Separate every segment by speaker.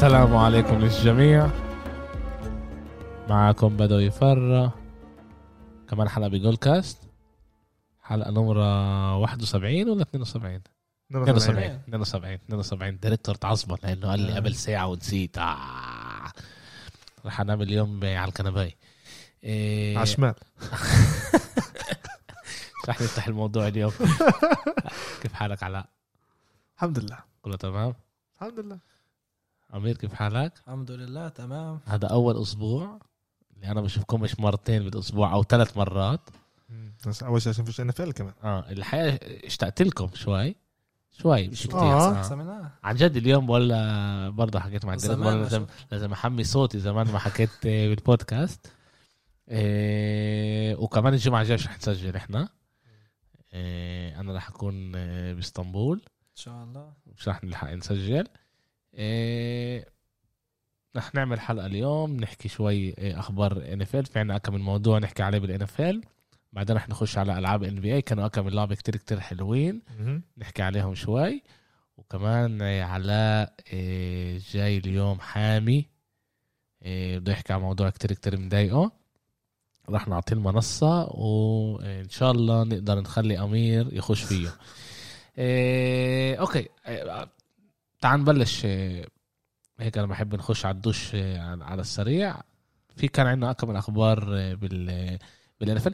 Speaker 1: السلام عليكم للجميع. معكم بدو يفر كمان حلقة بجول كاست، حلقة نمرة 71 ولا 72؟ 72. ديريكتور تعصبه لأنه قال لي قبل ساعة ونسيت. رح أنام اليوم على الكنباي
Speaker 2: عشمان.
Speaker 1: رح نفتح الموضوع اليوم. كيف حالك علاء؟
Speaker 2: الحمد لله
Speaker 1: كله تمام
Speaker 2: الحمد لله.
Speaker 1: عمير كيف حالك؟
Speaker 3: الحمد لله تمام.
Speaker 1: هذا أول أسبوع اللي أنا بشوفكمش مرتين بالأسبوع أو 3 مرات.
Speaker 2: بس أول شيء عشان فيش NFL كمان.
Speaker 1: الحقيقة اشتقت لكم شوي مش كتير. عن جد اليوم ولا برضه حكيت مع الدكتور لازم أحمي صوتي زمان ما حكيت بالبودكاست. وكمان الجمعة الجاية رح نسجل إحنا. أنا رح أكون بإسطنبول
Speaker 3: إن شاء الله،
Speaker 1: مش رح نلحق نسجل. رح نعمل حلقة اليوم نحكي شوي أخبار NFL. في عنا كم من موضوع نحكي عليه بالNFL، بعدين رح نخش على ألعاب NBA. كانوا كم من لعبة كتير حلوين نحكي عليهم شوي. وكمان علاء جاي اليوم حامي بده يحكي على موضوع كتير مضايقه. رح نعطيه المنصة وإن شاء الله نقدر نخلي أمير يخش فيه. أوكي، تعال نبلش. هيك أنا بحب نخش على الدش على السريع. في كان عندنا أكمل أخبار بالNFL.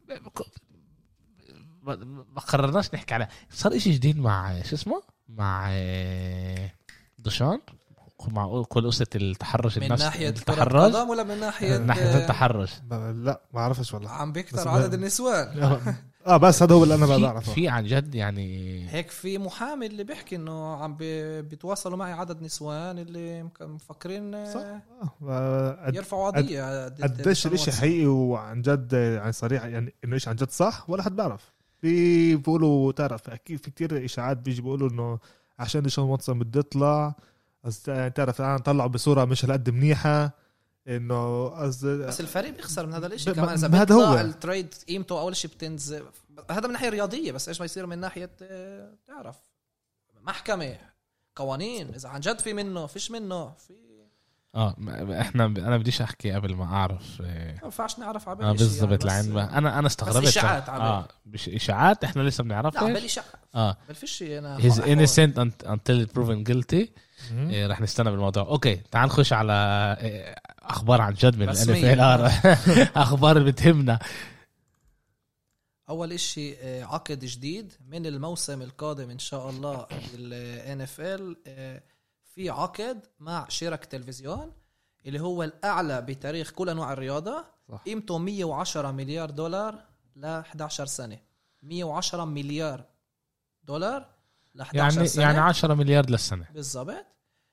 Speaker 1: ما قررناش نحكي على صار إشي جديد مع شو اسمه مع دوشان، مع كل قصة التحرش.
Speaker 3: من
Speaker 1: الناس
Speaker 3: ناحية
Speaker 1: التحرش
Speaker 3: ولا من ناحية
Speaker 1: التحرش؟
Speaker 2: لا ما أعرفش والله.
Speaker 3: عم بيكتر عدد النسوان.
Speaker 2: بس هذا هو اللي أنا بعرفه.
Speaker 1: في عن جد يعني
Speaker 3: هيك في محامي اللي بيحكي إنه عم بيتواصلوا معي عدد نسوان اللي مفكرين يرفعوا قضية.
Speaker 2: قديش الاشي حقيقي وعن جد يعني صريح، يعني إنه إيش عن جد صح ولا حد بعرف. في بيقولوا تعرف أكيد في كتير إشاعات بيجي بيقولوا إنه عشان ديشان واتسون بده يطلع، تعرف أنا طلعوا بصورة مش هالقد منيحة إنه
Speaker 3: بس الفريق بيخسر من هذا الاشي كمان إذا
Speaker 2: هذا هو
Speaker 3: التريد قيمته أول شيء بتنزل. هذا من ناحية رياضية، بس إيش ما يصير من ناحية تعرف محكمة قوانين. إذا عن جد في منه فيش منه في
Speaker 1: انا بديش احكي قبل ما اعرف.
Speaker 3: ما ينفعش نعرف عبالي
Speaker 1: بالضبط يعني لعين انا استغربت.
Speaker 3: اشاعات
Speaker 1: مش اشاعات احنا لسه بنعرفها.
Speaker 3: لا عبالي اشاعات. بالفيش انا
Speaker 1: he's innocent until proven guilty. رح نستنى بالموضوع. اوكي تعال نخش على اخبار عن جد من NFL. اخبار اللي بتهمنا.
Speaker 3: اول اشي عقد جديد من الموسم القادم ان شاء الله NFL. في عقد مع شركة تلفزيون اللي هو الأعلى بتاريخ كل أنواع الرياضة. قيمته $110 مليار ل 11 سنة. 110 مليار دولار ل 11 سنة،
Speaker 1: يعني 10 مليار للسنة
Speaker 3: بالضبط.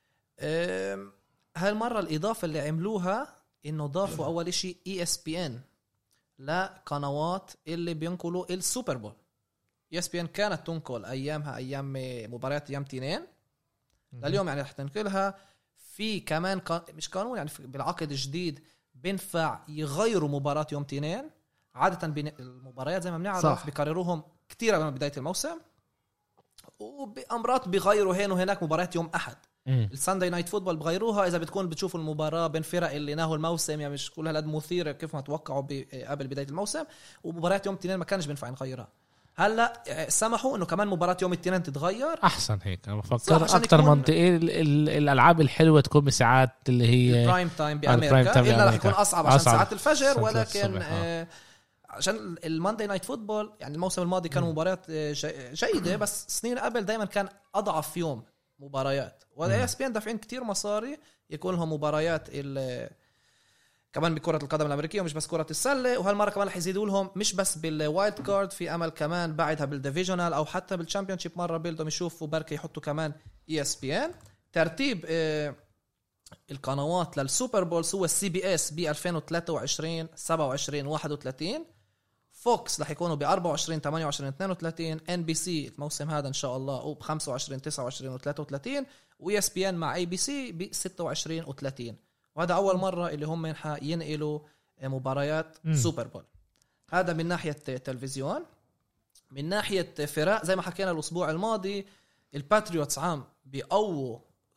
Speaker 3: هالمرة الإضافة اللي عملوها إنه ضافوا أول إشي ESPN لقنوات اللي بينقلوا السوبر بول. ESPN كانت تنقل أيامها أيام مباريات أيام تنين لليوم، يعني رح تنقلها. في كمان مش قانون يعني بالعقد الجديد بينفع يغيروا مباراة يوم تنين. عادة المباريات زي ما بنعرف بيكرروهم كتير قبل بداية الموسم، وبأمرات بيغيروا هين وهناك مباريات يوم أحد. السانداي نايت فوتبول بغيروها إذا بتكون بتشوفوا المباراة بين فرق اللي ناهوا الموسم، يعني مش كل هالقد مثيرة كيف ما توقعوا قبل بداية الموسم. ومباريات يوم تنين ما كانش بينفع نغيرها. هلا سمحوا انه كمان مباراة يوم الاثنين تتغير.
Speaker 1: احسن هيك انا بفكر اكثر منطقي. الالعاب الحلوه تكون بساعات اللي هي
Speaker 3: البرايم تايم بامريكا. الا رح يكون اصعب عشان ساعات الفجر، ولكن عشان الماندي نايت فوتبول يعني الموسم الماضي كانوا مباريات جيده، بس سنين قبل دائما كان اضعف يوم مباريات. والESPN دافعين كتير مصاري يكون لهم مباريات كمان بكرة القدم الأمريكية ومش بس كرة السلة. وهالمرة كمان رح يزيدوا لهم مش بس بالوايلد كارد، في أمل كمان بعدها بالديفيجنال أو حتى بالشامبيونشيب. مرة بيلدهم يشوفوا بركة يحطوا كمان ESPN. ترتيب القنوات للسوبر بولز هو CBS ب 2023 27 31، فوكس رح يكونوا ب 24 28 32، NBC الموسم هذا إن شاء الله وب 25 29 و33، وESPN مع ABC ب 26 و30. وهذا أول مرة اللي هم ينقلوا مباريات سوبر بول. هذا من ناحية تلفزيون. من ناحية فرق زي ما حكينا الأسبوع الماضي، الباتريوتس عام بيقووا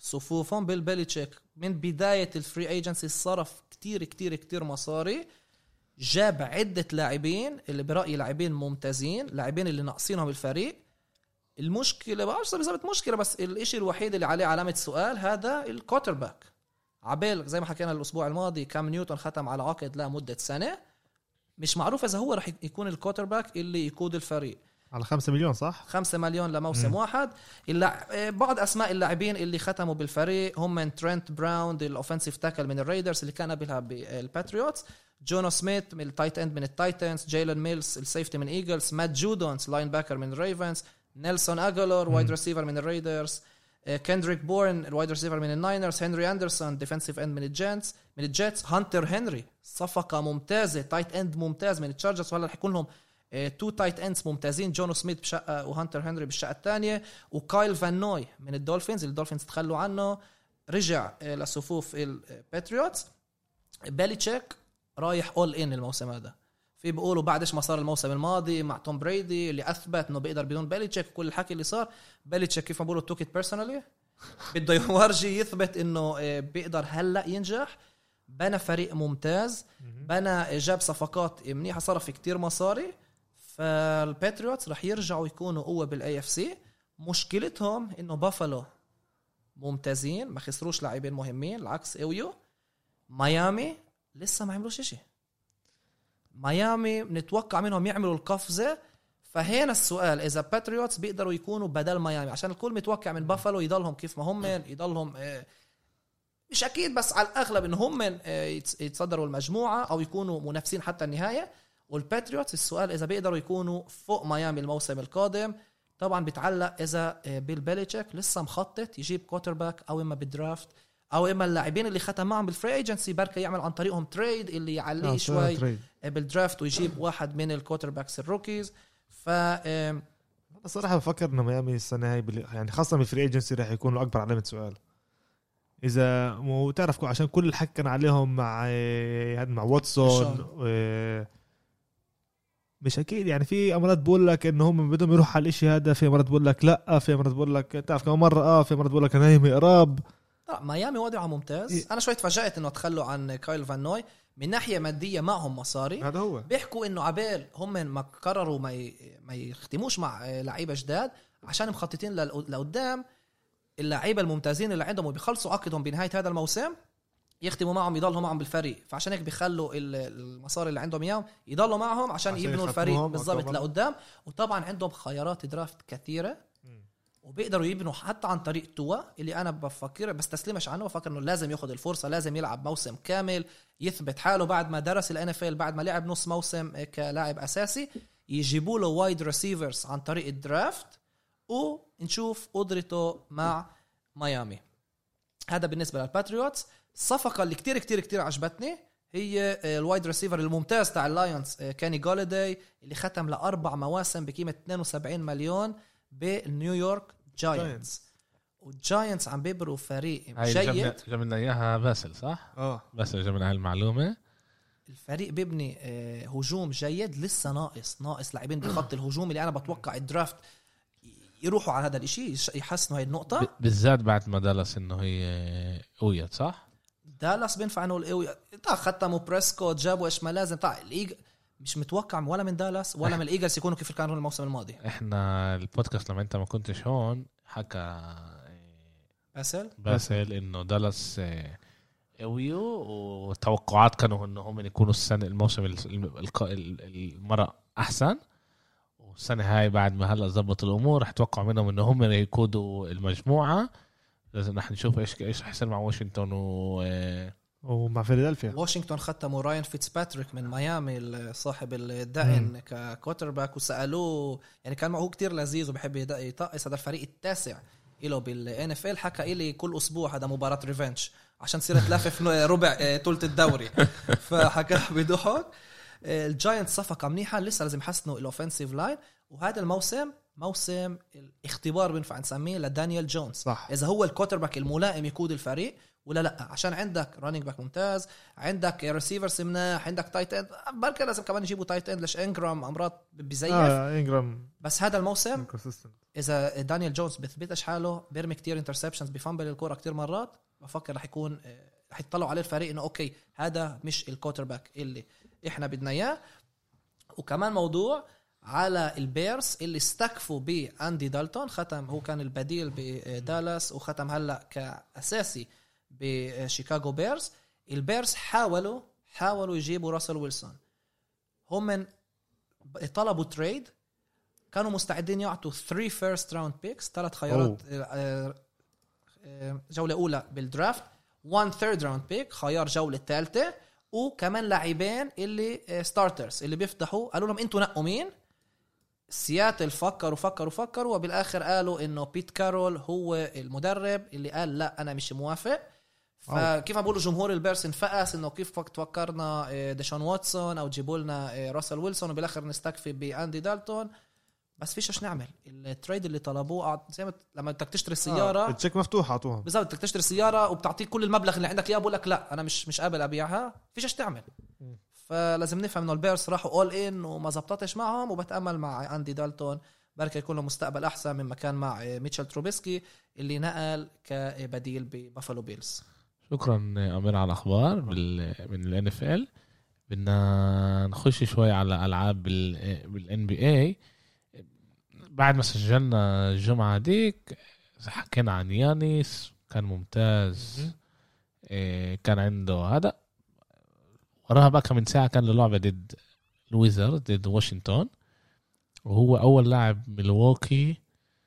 Speaker 3: صفوفهم بالبيليتشيك من بداية الفري ايجنسي صرف كتير كتير كتير مصاري، جاب عدة لاعبين اللي برأيي لاعبين ممتازين، لاعبين اللي ناقصينهم الفريق. المشكلة بعرفش بالضبط مشكلة، بس الاشي الوحيد اللي عليه علامة سؤال هذا الكوتر باك. عبال زي ما حكينا الأسبوع الماضي كام نيوتن ختم على عقد لمدة سنة، مش معروف إذا هو رح يكون الكوتر باك اللي يقود الفريق.
Speaker 2: على 5 مليون صح؟
Speaker 3: 5 مليون لموسم واحد. بعض أسماء اللاعبين اللي ختموا بالفريق هم ترينت براون الأوفنسيف تاكل من الريدرز اللي كان قبلها بالباتريوتس، جونو سميث من التايت اند من التايتنز، جايلن ميلز السيفتي من ايجلز، مات جودونز لاين باكر من الريفنز، نيلسون اغولور وايد ريسيفر من الريدرز، كندريك بورن الوايد ريسيفر من الناينرز، هنري اندرسون ديفنسيف اند من الجيتس، هانتر هنري صفقة ممتازة تايت اند ممتاز من التشارجرز، وهلا رح يكون لهم 2 تايت اندز ممتازين، جونو سميث بشقة وهانتر هنري بالشقة الثانية، وكايل فان نوي من الدولفينز تخلوا عنه رجع لصفوف الباتريوتس. بيليتشيك رايح اول ان الموسم هذا، في بيقولوا بعدش ما صار الموسم الماضي مع توم بريدي اللي اثبت انه بيقدر بدون بيليتشيك. كل الحكي اللي صار بيليتشيك كيف ما بيقولوا توك ات بيرسونالي، بده يورجي يثبت انه بيقدر هلا ينجح. بنى فريق ممتاز، بنى جاب صفقات منيحه، صرف كتير مصاري، فالباتريوتس رح يرجعوا يكونوا قوه بالاي اف سي. مشكلتهم انه بافالو ممتازين ما خسروش لاعبين مهمين العكس اويو. ميامي لسه ما عملوش شيء، ميامي بنتوقع منهم يعملوا القفزة. فهنا السؤال إذا باتريوتس بيقدروا يكونوا بدل ميامي، عشان الكل متوقع من بافالو يضلهم كيف ما هم يضلهم مش أكيد بس على الأغلب إن هم يتصدروا المجموعة أو يكونوا منافسين حتى النهاية. والباتريوتس السؤال إذا بيقدروا يكونوا فوق ميامي الموسم القادم. طبعا بتعلق إذا بيل بيليتشيك لسه مخطط يجيب كوترباك أو إما بالدرافت أو إما اللاعبين اللي ختم معهم بالفري ايجنسي بركة يعمل عن طريقهم تريد اللي يعليه شوي بالدرافت ويجيب واحد من الكوترباكس الروكيز.
Speaker 2: صراحة بفكر إنه ميامي السنة هاي يعني خاصة بالفري ايجنسي راح يكونوا أكبر علامة سؤال. إذا مو تعرف عشان كل الحكي كان عليهم مع واتسون مش أكيد يعني. في أمرات بقول لك إنه هم بدهم يروحوا على الإشي هذا، في أمرات بقول لك لأ، في أمرات بقول لك تعرف كم مرة في أمرات بقول لك نايم إقراب.
Speaker 3: ميامي وضعه ممتاز. أنا شوي تفاجأت إنه تخلوا عن كايل فان نوي من ناحية مادية، معهم مصاري.
Speaker 2: هذا هو
Speaker 3: بيحكوا إنه عبال هم ما قرروا ما يختموش مع لعيبة جداد عشان مخططين لقدام اللعيبة الممتازين اللي عندهم وبيخلصوا عقدهم بنهاية هذا الموسم يختموا معهم يضلوا معهم بالفريق. فعشان هيك بيخلوا المصاري اللي عندهم اياهم يضلوا معهم عشان يبنوا الفريق بالضبط لقدام. وطبعا عندهم خيارات درافت كثيرة وبيقدروا يبنوا حتى عن طريق توا اللي انا بفكر بس تسلمش عنه. بفكر انه لازم ياخذ الفرصة، لازم يلعب موسم كامل يثبت حاله بعد ما درس الNFL، بعد ما لعب نص موسم كلاعب اساسي. يجيبوا له وايد ريسيفرز عن طريق الدرافت ونشوف قدرته مع ميامي. هذا بالنسبة للباتريوتس. الصفقة اللي كتير كتير كتير عجبتني هي الوايد ريسيفر الممتاز تاع اللايونز كاني جوليداي اللي ختم ل4 مواسم بقيمة 72 مليون بالنيويورك جاينتس. والجاينتس عم بيبروا فريق جيد.
Speaker 1: جبنا اياها باسل صح؟ باسل جبنا هالمعلومة.
Speaker 3: الفريق بيبني هجوم جيد، لسه ناقص لاعبين بخط الهجوم اللي انا بتوقع الدرافت يروحوا على هذا الاشي يحسنوا هاي النقطة
Speaker 1: بالذات بعد ما دالاس انه هي قوية صح؟
Speaker 3: دالاس بينفع انه القوية ختموا بريسكوت جابوا ايش ما لازم. مش متوقع ولا من دالاس ولا من الإيجلز يكونوا كيف كانوا الموسم الماضي.
Speaker 1: احنا البودكاست لما انت ما كنتش هون حكى باسل انه دالاس قوية وتوقعات كانوا انه هم يكونوا السنة الموسم المرة احسن. والسنة هاي بعد ما هلا زبط الامور رح توقع منهم انه هم يقودوا المجموعة. لازم نحن نشوف ايش يحصل مع واشنطن
Speaker 2: ومع فيلادلفيا.
Speaker 3: واشنطن ختموا راين فيتسباتريك من ميامي صاحب الدائن ككوترباك وسألوه يعني كان معه كتير لذيذ وبحب يطقس. هذا الفريق التاسع إله بالNFL. حكى إلي كل أسبوع هذا مباراة ريفنش عشان تصير تلافف ربع ثلث الدوري. فحكى بضحك. الجاينت صفقة منيحة، لسه لازم يحسنوا الأوفنسيف لاين. وهذا الموسم موسم الاختبار بنفع نسميه لدانيال جونز صح. إذا هو الكوترباك الملائم يقود الفريق ولا لا عشان عندك رانينج باك ممتاز, عندك ريسيفرز مناح, عندك تايت اند, بركة لازم كمان يجيبوا تايت اند ليش انجرام امراض بزيف
Speaker 2: انجرام.
Speaker 3: بس هذا الموسم اذا دانيال جونز بثبتش حاله بيرمي كتير انترسبشنز بفامبل الكوره كتير مرات, بفكر رح يكون رح يطلعوا عليه الفريق انه اوكي هذا مش الكوتر باك اللي احنا بدنا اياه. وكمان موضوع على البيرس اللي استكفوا باندي دالتون, ختم هو كان البديل بدالاس وختم هلا كاساسي بشيكاغو بيرز. البيرز حاولوا يجيبوا راسل ويلسون, هم من طلبوا تريد, كانوا مستعدين يعطوا 3 first round picks 3 خيارات جولة أولى بالدرافت, 1 third round pick خيار جولة ثالثة, وكمان لاعبين اللي ستارترز اللي بيفتحوا. قالوا لهم انتوا نقوا مين. سياتل فكروا وبالآخر قالوا انه بيت كارول هو المدرب اللي قال لا انا مش موافق. فكيف ما بقولوا جمهور البيرس انفقس انه كيف توكرنا ديشون واتسون او جيبوا لنا راسل ويلسون وبالاخر نستكفي باندي دالتون. بس فيش نعمل التريد اللي طلبوه زي لما بدك تشتري السياره
Speaker 2: التشيك مفتوح اعطوها
Speaker 3: بالضبط, بدك تشتري السياره وبتعطيك كل المبلغ اللي عندك اياه, بقول لك لا انا مش قابل ابيعها, فيش تعمل. فلازم نفهم انه البيرس راحوا اول ان وما زبطتش معهم, وبتامل مع اندي دالتون بركة يكون له مستقبل احسن مما كان مع ميتشل تروبيسكي اللي نقل كبديل ببافالو بيلز.
Speaker 1: شكرا أمير على الأخبار من ال NFL. بدنا نخش شوي على ألعاب بال NBA. بعد ما سجلنا الجمعة ديك حكينا عن يانيس, كان ممتاز, كان عنده هذا. وراها بقى من ساعة كان له لعبة ضد الويزرد ضد واشنطن, وهو أول لاعب ميلواukee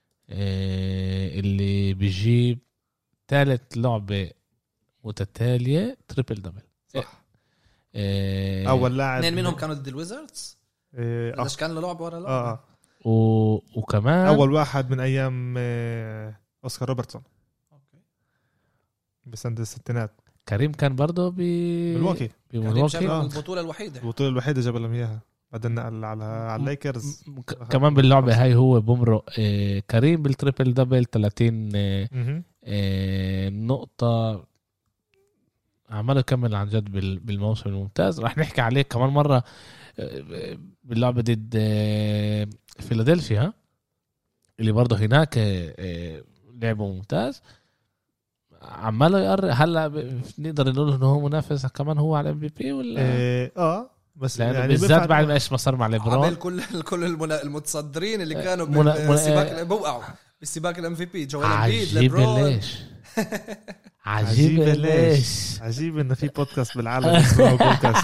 Speaker 1: اللي بيجيب 3 لعبة متتالية تريبل دبل.
Speaker 3: صح.
Speaker 2: أول لاعب
Speaker 3: 2 منهم كانوا ضد الويزردز. ليش كان له لعبة ورا لعبة.
Speaker 1: وكمان
Speaker 2: أول واحد من أيام أوسكار روبرتسون بسنة الستينات.
Speaker 1: كريم كان برضه
Speaker 2: ميلواukee.
Speaker 3: البطولة
Speaker 2: الوحيدة جاب لهم إياها, بعدين نقل على الليكرز.
Speaker 1: كمان باللعبة هاي هو بمرق كريم بالتريبل دبل 30 نقطة, عمله كمل عن جد بالموسم الممتاز. راح نحكي عليه كمان مرة باللعبة ضد فيلادلفيا اللي برضه هناك لعبه ممتاز, عماله يقرب. هلا نقدر نقول انه هو منافس كمان هو على MVP ولا
Speaker 2: بس
Speaker 1: يعني بالذات بعد ما ايش ما صار مع ليبرون,
Speaker 3: كل المتصدرين اللي كانوا بالسباق بوقعوا بالسباق الام في بي, جوال امبيد, ليبرون.
Speaker 1: ليش عجيب ليش
Speaker 2: عجيب انه في بودكاست بالعالم اسمه بودكاست.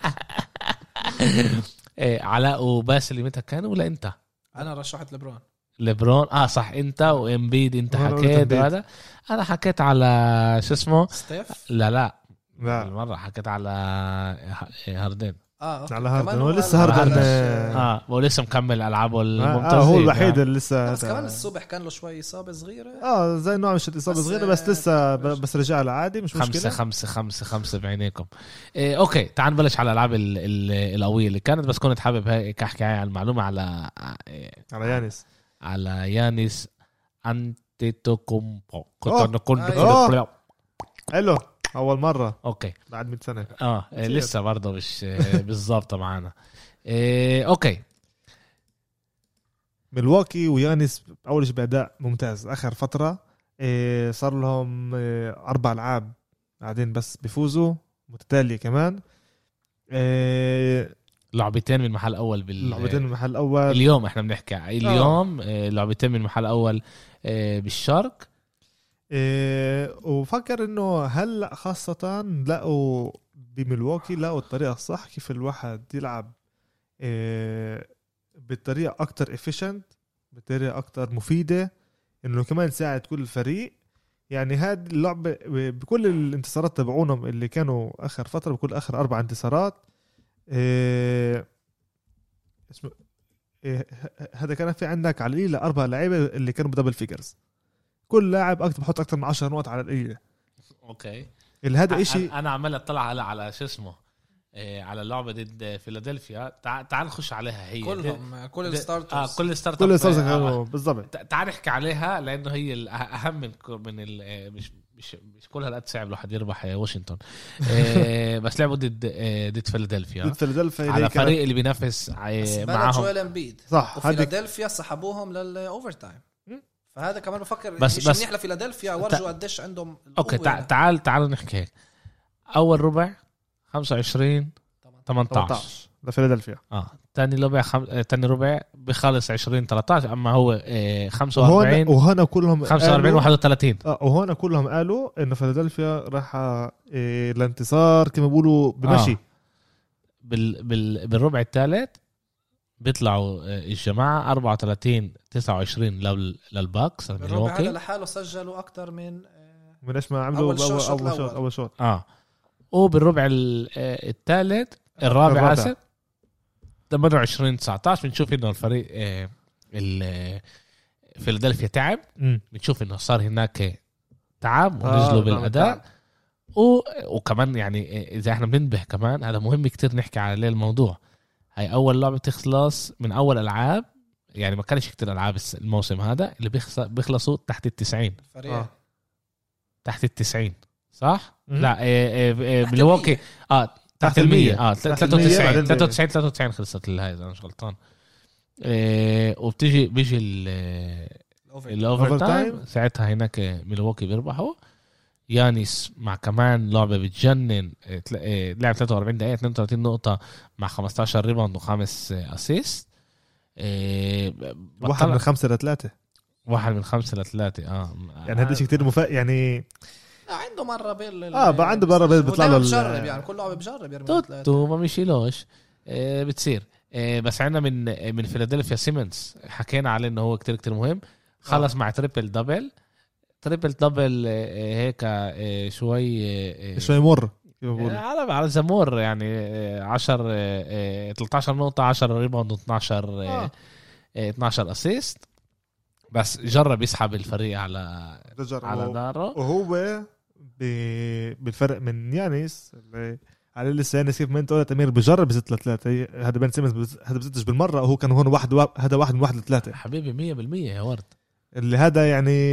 Speaker 1: علاء وباسل متى كانوا ولا انت؟
Speaker 3: انا رشحت
Speaker 1: ليبرون صح, انت وامبيد انت حكيت هذا. انا حكيت على شو اسمه
Speaker 3: ستيف.
Speaker 1: لا المره حكيت على هاردن.
Speaker 2: على هاردن ولسه هاردن
Speaker 1: ولسه مكمل العابه الممتازه.
Speaker 2: هو الوحيد اللي لسه.
Speaker 3: بس كمان الصبح كان له شوي اصابه صغيره.
Speaker 2: زي نوع مش اصابه صغيره بس لسه بس رجع له عادي مش مشكله.
Speaker 1: 5 بعينيكم. اوكي تعال نبلش على الالعاب القويه اللي كانت, بس كنت حابب هيك احكي على المعلومه على يانيس أنتيتوكومبو. كنت نقول
Speaker 2: حلو اول مره.
Speaker 1: اوكي
Speaker 2: بعد 100 سنه.
Speaker 1: لسه برضه مش بالضبط معانا. اوكي
Speaker 2: ميلواukee ويانيس اول شيء باداء ممتاز اخر فتره. صار لهم 4 ألعاب قاعدين بس بيفوزوا متتاليه كمان.
Speaker 1: لعبتين من محل اول
Speaker 2: لعبتين من محل اول.
Speaker 1: اليوم احنا بنحكي اليوم لعبتين من محل اول بالشرق.
Speaker 2: وفكر انه هلا خاصه لقوا بميلواukee لقوا الطريقه الصح كيف الواحد يلعب بالطريقه اكتر efficient, بطريقه اكتر مفيده, انه كمان يساعد كل الفريق. يعني هذه اللعبه بكل الانتصارات تبعونهم اللي كانوا اخر فتره, بكل اخر 4 انتصارات اسمه هذا كان في عندك على القليلة 4 لاعيبه اللي كانوا بدبل فيجرز. كل لاعب بحط اكتر من 10 نقط على القليلة.
Speaker 1: اوكي
Speaker 2: هذا إشي
Speaker 1: انا عمال اطلع على شو اسمه على اللعبه ضد فيلادلفيا. تعال نخش عليها هي
Speaker 3: كلهم كل الستارترز
Speaker 1: كل ستارترز
Speaker 2: بالضبط.
Speaker 1: تعال نحكي عليها لانه هي الاهم من مش كل هالقد صعب الواحد يربح واشنطن. بس لعبوا ضد فيلادلفيا على فريق اللي بينافس معاهم
Speaker 3: جويل امبيد
Speaker 2: صح.
Speaker 3: وفيلادلفيا سحبوهم للاوفر تايم. فهذا كمان بفكر بس منيح لفيلادلفيا ورجوا قديش عندهم
Speaker 1: اوكي. تعال نحكي هيك. اول ربع 25 18
Speaker 2: لفيلادلفيا.
Speaker 1: تاني ربع بخلص 20 13. اما هو 45
Speaker 2: وهنا كلهم
Speaker 1: 45 31.
Speaker 2: وهنا كلهم قالوا انه فيلادلفيا راح الانتصار كما بيقولوا بمشي.
Speaker 1: بالربع الثالث بيطلعوا الجماعه 34 29 للباكس.
Speaker 3: الربع هذا لحاله سجلوا اكثر من
Speaker 2: ايش ما عملوا اول شوط.
Speaker 1: وبالربع الثالث الرابع اسف 28 19 بنشوف انه الفريق فيلادلفيا تعب. بنشوف انه صار هناك تعب ونزلوا بالاداء. وكمان يعني اذا احنا بننبه كمان هذا مهم كتير نحكي على الموضوع. هاي اول لعبه تخلص من اول العاب. يعني ما كانش كتير العاب الموسم هذا اللي بيخلصوا تحت 90 تحت 90 صح. لا ميلواukee تحت 100 93 خلصت الهاي اذا مش غلطان. بيجي الاوفر تايم ساعتها هناك ميلواukee بيربحوا. يانيس مع كمان لعبه بتجنن لعب 43 دقيقه 32 نقطه مع 15 ريباوند و5 اسيست.
Speaker 2: 1 من 5 ل3
Speaker 3: يعني
Speaker 2: هذا شيء كتير يعني
Speaker 3: عنده مرة
Speaker 2: عنده مرة بيطلع له
Speaker 3: بجرب. يعني كل لعبة بجرب
Speaker 1: يرمي ما مشيلوش بتصير. بس عنا من فيلادلفيا سيمنز حكينا عليه انه هو كتير مهم. خلص مع تريبل دبل هيك شوي
Speaker 2: مر
Speaker 1: على زمور. يعني 13 نقطة 10 ريباوند 12 اسيست. بس جرب يسحب الفريق على داره.
Speaker 2: وهو بالفرق من يانيس اللي على لسه يانيس كيف ما انت قلت امير بجرب يزت ل3. هذا بن سيمنز هذا بزتش بالمره وهو كان هون هذا 1 من 1 ل3
Speaker 1: حبيبي 100% يا ورد.
Speaker 2: اللي هذا يعني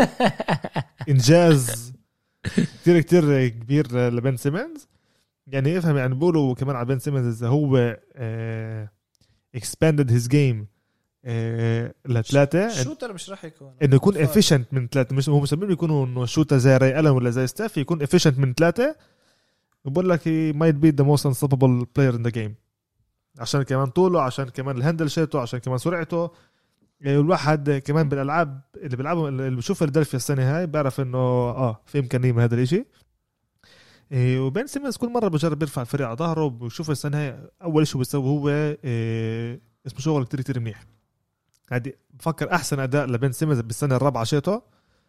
Speaker 2: انجاز كتير كبير لبن سيمنز. يعني افهم يعني بقولوا كمان على بن سيمنز هو expanded his game ل3.
Speaker 3: الشوتر مش راح يكون
Speaker 2: انه يكون efficient من 3. مش هو مسمين يكونوا انه شوتر زي راي ألن ولا زي ستاف. يكون efficient من 3. بقول لك he might be the most unstoppable player in the game. عشان كمان طوله عشان كمان الهندل شيته عشان كمان سرعته. الواحد كمان بالالعاب اللي بيلعبوا اللي بشوف فيلادلفيا السنه هاي بيعرف انه في امكانيه من هذا الاشي. وبن سيمنز كل مره بجرب يرفع الفريق على ظهره وبشوف السنه هاي اول شيء بيسوي هو اسمه شغل كتير منيح. هذه بفكر احسن اداء لبن سيمنز بالسنه الرابعه شيته.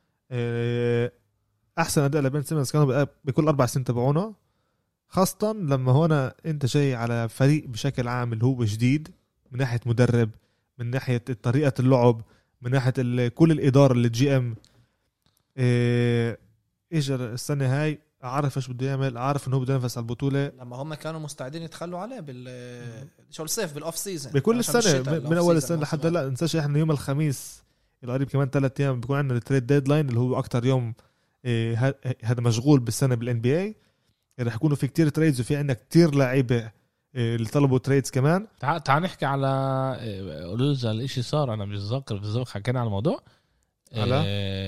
Speaker 2: احسن اداء لبن سيمنز كانوا بكل 4 سنين تبعونه. خاصه لما هنا انت جاي على فريق بشكل عام اللي هو جديد من ناحيه مدرب من ناحيه طريقه اللعب من ناحيه كل الاداره اللي جي ام اجى السنه هاي عارف ايش بده يعمل. عارف انه هو بده ينافس على البطوله.
Speaker 3: لما هم كانوا مستعدين يتخلوا عليه شو الصيف بالاوف سيزون
Speaker 2: بكل السنه من اول السنه لحد هلا. ننساش احنا يوم الخميس القريب كمان 3 ايام بيكون عندنا التريد ديدلاين اللي هو اكتر يوم هذا مشغول بالسنه بالان بي اي. رح يكونوا في كتير تريدز وفي عندنا كتير لعيبه اللي طلبوا تريدز كمان.
Speaker 1: تعال نحكي على قولوز على الاشي صار. انا مش ذاكر بالضبط حكينا على الموضوع على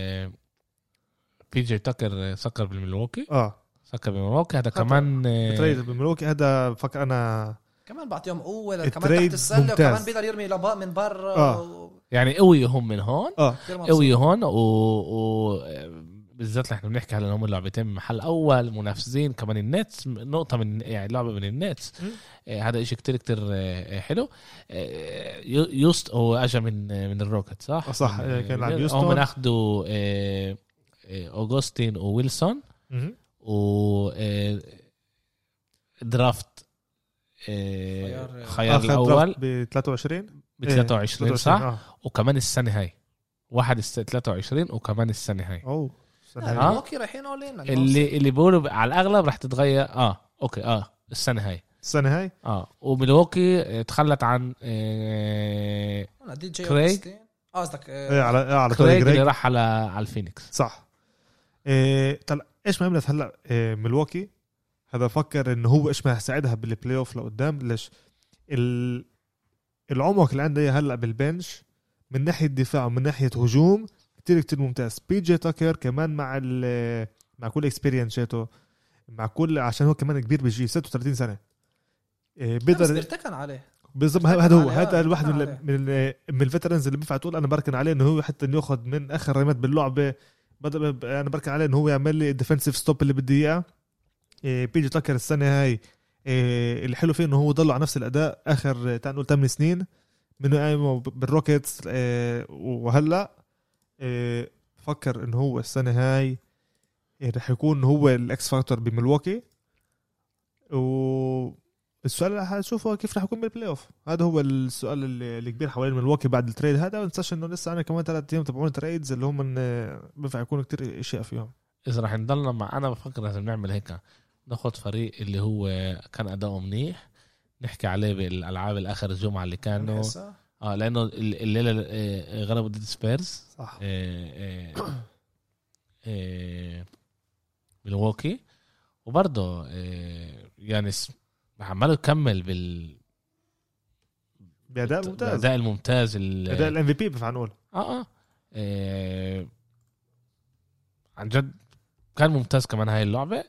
Speaker 1: بي جي تاكر سكر بالميلواukee. سكر بالميلواukee هذا كمان
Speaker 2: تريد بالميلواukee. هذا بفكر انا
Speaker 3: كمان بعطيهم قوه كمان تحت السله وكمان بيقدر يرمي لباء من برا
Speaker 1: يعني قوي هم من هون قوي هون بالذات احنا بنحكي على هم اللعبتين محل اول منافسين كمان النتس نقطه من يعني لعبه من النتس. هذا إشي كتير حلو. يوست هو اجى من الروكت صح
Speaker 2: كان لعب يوست.
Speaker 1: هم اخذوا اوغوستين وويلسون و درافت خيار الاول
Speaker 2: ب
Speaker 1: 23 صح. وكمان السنه هاي واحد 23 وكمان السنه هاي
Speaker 3: ميلواukee رايحين
Speaker 1: اللي بيقولوا على الاغلب راح تتغير اوكي السنه هاي
Speaker 2: السنه هاي.
Speaker 1: وميلواukee تخلت عن كريغ
Speaker 3: قصدك
Speaker 2: على
Speaker 1: كريغ اللي راح على الفينيكس.
Speaker 2: صح. طلع ايش ما عملت هلا ميلواukee هذا فكر انه هو ايش ما هيساعدها بالبلاي اوف لقدام. ليش العمق اللي عنده هلا بالبنش من ناحيه دفاع ومن ناحيه هجوم كتير ممتاز. بي جي تاكر كمان مع كل اكسبيرينس شاته مع كل عشان هو كمان كبير بيجي 36 سنه
Speaker 3: بيقدر يرتكن عليه
Speaker 2: بالضبط. هذا الواحد من الفترنز اللي بينفع تقول انا بركن عليه انه هو حتى انه ياخذ من اخر رمات باللعبه. انا بركن عليه انه هو يعمل لي الديفنسيف ستوب اللي بدي اياه. بي جي تاكر السنه هاي اللي حلو فيه انه هو ضل على نفس الاداء اخر تعال نقول 8 سنين منه قايمه بالروكيتس. وهلا فكر انه هو السنه هاي رح يكون هو الاكس فاكتور بميلواukee. والسؤال اللي هنشوفه كيف رح يكون بالبلاي اوف. هذا هو السؤال اللي كبير حوالين ميلواukee بعد التريد هذا. وننساش انه لسه انا كمان 3 ايام تبعون تريدز اللي هم بينفع يكونوا كتير اشياء فيهم.
Speaker 1: اذا رح نضلنا مع انا بفكر لازم نعمل هيك ناخد فريق اللي هو كان اداؤه منيح نحكي عليه بالالعاب الاخر الجمعه اللي كانوا لانه الليله غلبوا ضد سبيرز.
Speaker 2: صح.
Speaker 1: ميلواukee وبرضه يعني عماله يكمل
Speaker 2: بأداء ممتاز.
Speaker 1: الأداء الممتاز
Speaker 2: أداء الام في بي بنفع نقول.
Speaker 1: عن جد كان ممتاز كمان هاي اللعبة.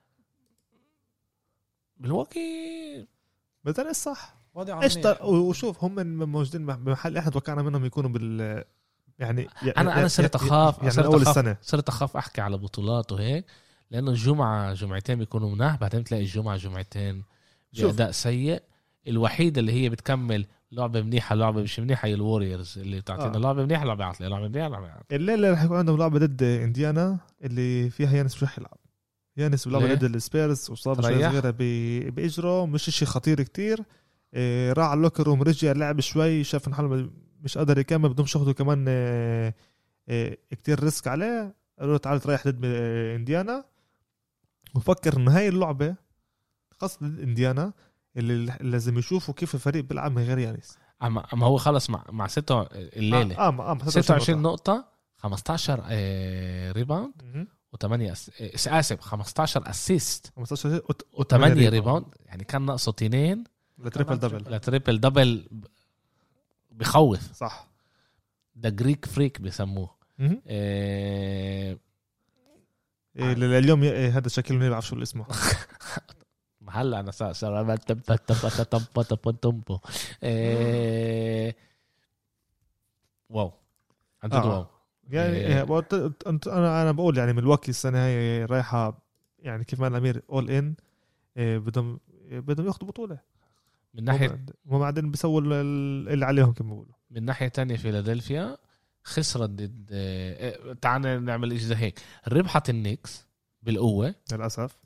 Speaker 1: ميلواukee
Speaker 2: بدل الصح ايش وشوف هم موجودين بمحل احنا توقعنا منهم يكونوا بال يعني
Speaker 1: انا صرت اخاف
Speaker 2: يعني اول السنه
Speaker 1: صرت اخاف احكي على بطولات وهيك لانه الجمعه جمعتين بيكونوا مناح بعدين تلاقي الجمعه جمعتين بأداء سيء. الوحيده اللي هي بتكمل لعبه منيحه لعبه مش منيحه هي الواريورز اللي بتعطينا لعبه منيحه لعبه عطله لعبه منيحه لعبه عطله.
Speaker 2: الليله رح يكون عندهم لعبه ضد انديانا اللي فيها يانس مش رح يلعب. يانس بلعبه ضد السبيرز وصاب شوي صغيره باجره مش شيء خطير كتير. راح على اللوكر روم رجع لعب شوي شاف ان حاله مش قادر يكمل بدهم ياخذوا كمان كتير ريسك عليه. قالوا تعال تريح ضد انديانا وفكر ان هاي اللعبه خاصه ضد انديانا اللي لازم يشوفوا كيف الفريق بيلعب من غير يانس.
Speaker 1: اما هو خلص مع 6 الليله 26 نقطه 15 ريباوند و8 اسف 15 اسيست و8 ريباوند يعني كان ناقصه 2 لتريبل دبل بخوف.
Speaker 2: صح.
Speaker 1: ده جريك فريك بيسموه.
Speaker 2: اليوم هذا شكله ما بعرف شو اسمه.
Speaker 1: هلا انا صار واو عندي واو
Speaker 2: يعني انا بقول يعني ميلواukee السنه هاي رايحه يعني كيف ما الامير اول ان بدهم ياخذوا بطوله
Speaker 1: من ناحيه
Speaker 2: هم بعدين بيسووا اللي عليهم كما بيقولوا.
Speaker 1: من ناحيه تانية فيلادلفيا خسرت ضد تعال نعمل إيش زي هيك ربحت النيكس بالقوه
Speaker 2: للاسف.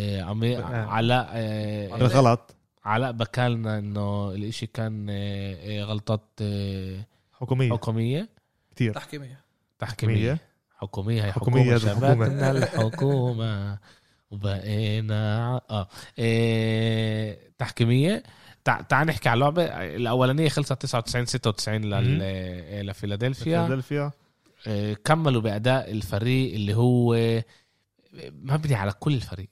Speaker 1: علاء
Speaker 2: غلط
Speaker 1: علاء بكالنا انه الاشي كان غلطات حكوميه كتير تحكيميه حكوميه شبكنا الحكومه وبقينا تحكيميه. تعال نحكي على اللعبه الاولانيه خلصت 99-96 لفيلادلفيا. كملوا باداء الفريق اللي هو مبني على كل الفريق.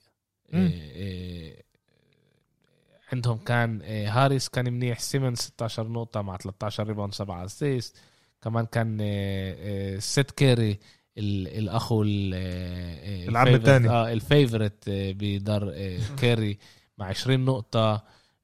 Speaker 1: عندهم كان هاريس كان منيح سيمنز 16 نقطة مع 13 ريباوند 7 اسيست. كمان كان سيت كيري الأخو
Speaker 2: العم الثاني
Speaker 1: الفيفورت بدار كيري مع 20 نقطة.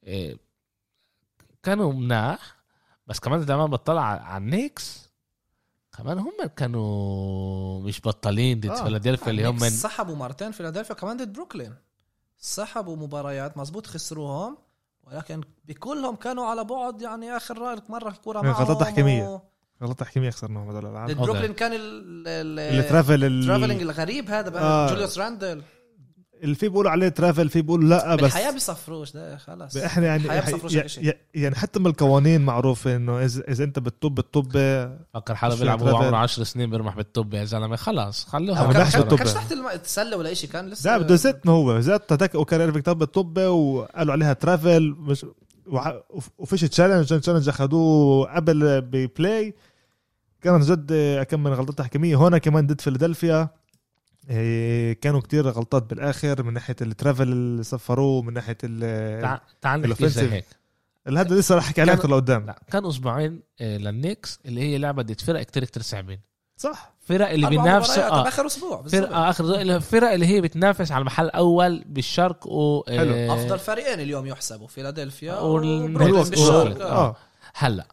Speaker 1: كانوا مناح بس كمان زمان بطلع على النيكس كمان هم كانوا مش بطلين ضد فيلادلفيا اللي هم
Speaker 3: سحبوا مرتين فيلادلفيا كمان ضد بروكلين سحبوا مباريات مظبوط خسروهم ولكن بكلهم كانوا على بعد يعني اخر مره الكره معهم
Speaker 2: غلطة تحكيمية خسرناهم هذول الالعاب.
Speaker 3: ضد بروكلين كان
Speaker 2: الترافلينج
Speaker 3: الغريب هذا بقى جوليوس راندل
Speaker 2: اللي في بيقولوا عليه ترافل، في بيقولوا لا، بس
Speaker 3: الحياة بيصفروش ده خلاص.
Speaker 2: احنا يعني حتى من القوانين معروف انه اذا انت بالطب
Speaker 1: فكر حاله بيلعب هو عمره 10 سنين بيرمح بالطب يا زلمه، خلاص خلوها.
Speaker 3: كانش تحت التسلة ولا شيء، كان لسه
Speaker 2: لا بده زت، ما هو زت هذاك وكارير في كتاب الطب وقالوا عليها ترافل، مش وفيش تشالنج اخذوه قبل ببلاي. كانت جد اكمل غلطات تحكيميه هون كمان ضد فيلادلفيا. كانوا كتير غلطات بالاخر من ناحيه الترافل اللي صفروه، من ناحيه
Speaker 1: تعال نحكي زي هيك.
Speaker 2: هذا لسه راح احكي عليه اكثر لقدام.
Speaker 1: كان اسبوعين للنيكس اللي هي لعبه ضد فرق كتير صعبين،
Speaker 2: صح.
Speaker 1: فرق اللي بينافسوا
Speaker 3: اخر اسبوع
Speaker 1: فرق اللي هي بتنافس على المحل الاول بالشرق
Speaker 3: افضل فريقين اليوم يحسبوا فيلادلفيا
Speaker 1: بالشرق. هلا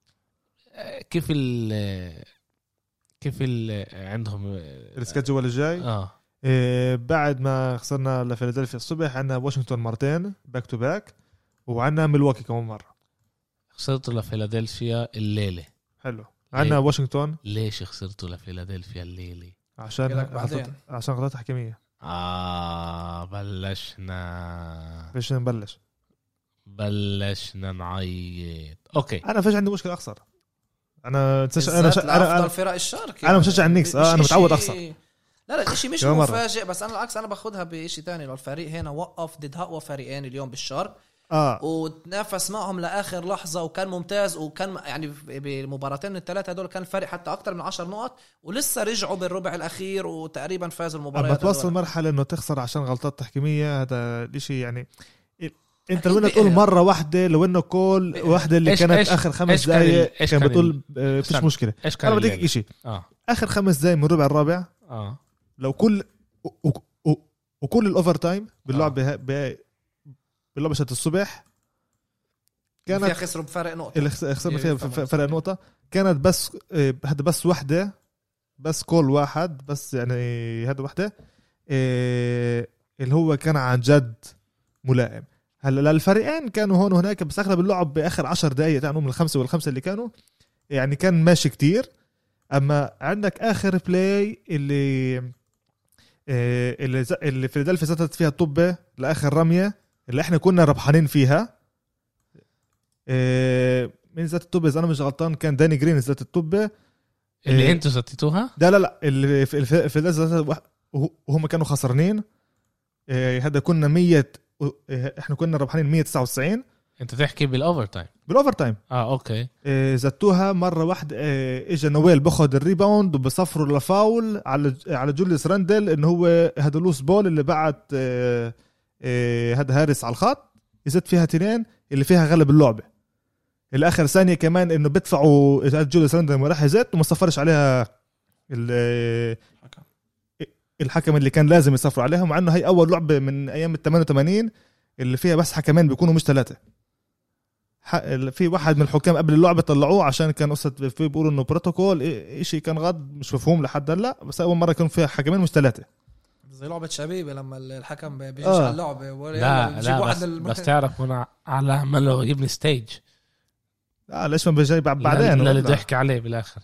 Speaker 1: كيف عندهم
Speaker 2: السكادجول الجاي؟ بعد ما خسرنا لفيلادلفيا الصبح عندنا واشنطن مرتين باك تو باك، وعندنا ميلواكي كمان مرة.
Speaker 1: خسرتوا لفيلادلفيا الليلة.
Speaker 2: حلو. عندنا واشنطن.
Speaker 1: ليش خسرتوا لفيلادلفيا الليلة؟
Speaker 2: عشان غلطات تحكيمية.
Speaker 1: بلشنا نعيط. اوكي،
Speaker 2: انا فيش عندي مشكلة اخسر. انا
Speaker 3: افضل فرق الشرق.
Speaker 2: انا مشجع النيكس. انا متعود اخسر.
Speaker 3: لا الاشي مش مفاجئ، بس انا العكس انا باخدها بشي تاني. لو الفريق هنا وقف ضد اقوى فريقين اليوم بالشرق وتنافس معهم لاخر لحظه وكان ممتاز، وكان يعني بالمباراتين من الثلاثه هذول كان الفريق حتى اكتر من 10 نقط، ولسه رجعوا بالربع الاخير وتقريبا فازوا المباراه.
Speaker 2: اما توصل مرحله انه تخسر عشان غلطات تحكيميه، هذا الاشي يعني انت لو تقول مره واحده، لو انه كل واحده اللي كانت اخر 5 دقائق كان بتقول فيش مشكله. انا بدي احكي شيء. اخر 5 دقائق من الربع الرابع لو وكل الاوفر تايم باللعبه باللعبه شت الصبح كانت
Speaker 3: فيها خسروا بفرق نقطه،
Speaker 2: خسرنا فيها فرق نقطه. كانت بس هذا بس واحده، بس كل واحد بس، يعني هذا واحده اللي هو كان عن جد ملائم. هلا للفريقين كانوا هون وهناك، بس اغلب اللعب باخر 10 دقائق تاعهم من الخمسه اللي كانوا يعني كان ماشي كتير. اما عندك اخر بلاي اللي فيلادلفيا زتت فيها الطبه لاخر رميه اللي احنا كنا ربحانين فيها. من زت الطبه اذا انا مش غلطان كان داني جرين زت الطبه
Speaker 1: اللي انتوا زتيتوها.
Speaker 2: لا اللي في وهم كانوا خسرانين. هذا كنا 100، احنا كنا ربحانين 199.
Speaker 1: انت تحكي بالاوفر تايم. اوكي.
Speaker 2: زتوها مره واحده. اجى نويل باخذ الريباوند وبصفروا لفاول على جوليوس راندل، انه هو هذا لوس بول اللي بعت هذا هارس على الخط، يزت فيها 2 اللي فيها غلب اللعبه. الاخر ثانيه كمان انه بدفعوا جوليوس راندل ما راح يزت وما صفرش عليها الحكم اللي كان لازم يصفروا عليها، مع انه هي اول لعبه من ايام 88 اللي فيها بس حكمين بيكونوا مش 3. في واحد من الحكام قبل اللعبة طلعوه عشان كان قصة في بيقولوا انه بروتوكول اشي كان غد مش مفهوم لحد هلا، بس اول مرة كان فيها حكمين مش 3
Speaker 3: زي لعبة شبيبة لما الحكم بيجيش على اللعبة.
Speaker 1: لا بس تعرف هنا على عمله يبني ستيج.
Speaker 2: ليش ما بيجي بعدين
Speaker 1: لا اللي ضحك عليه بالاخر.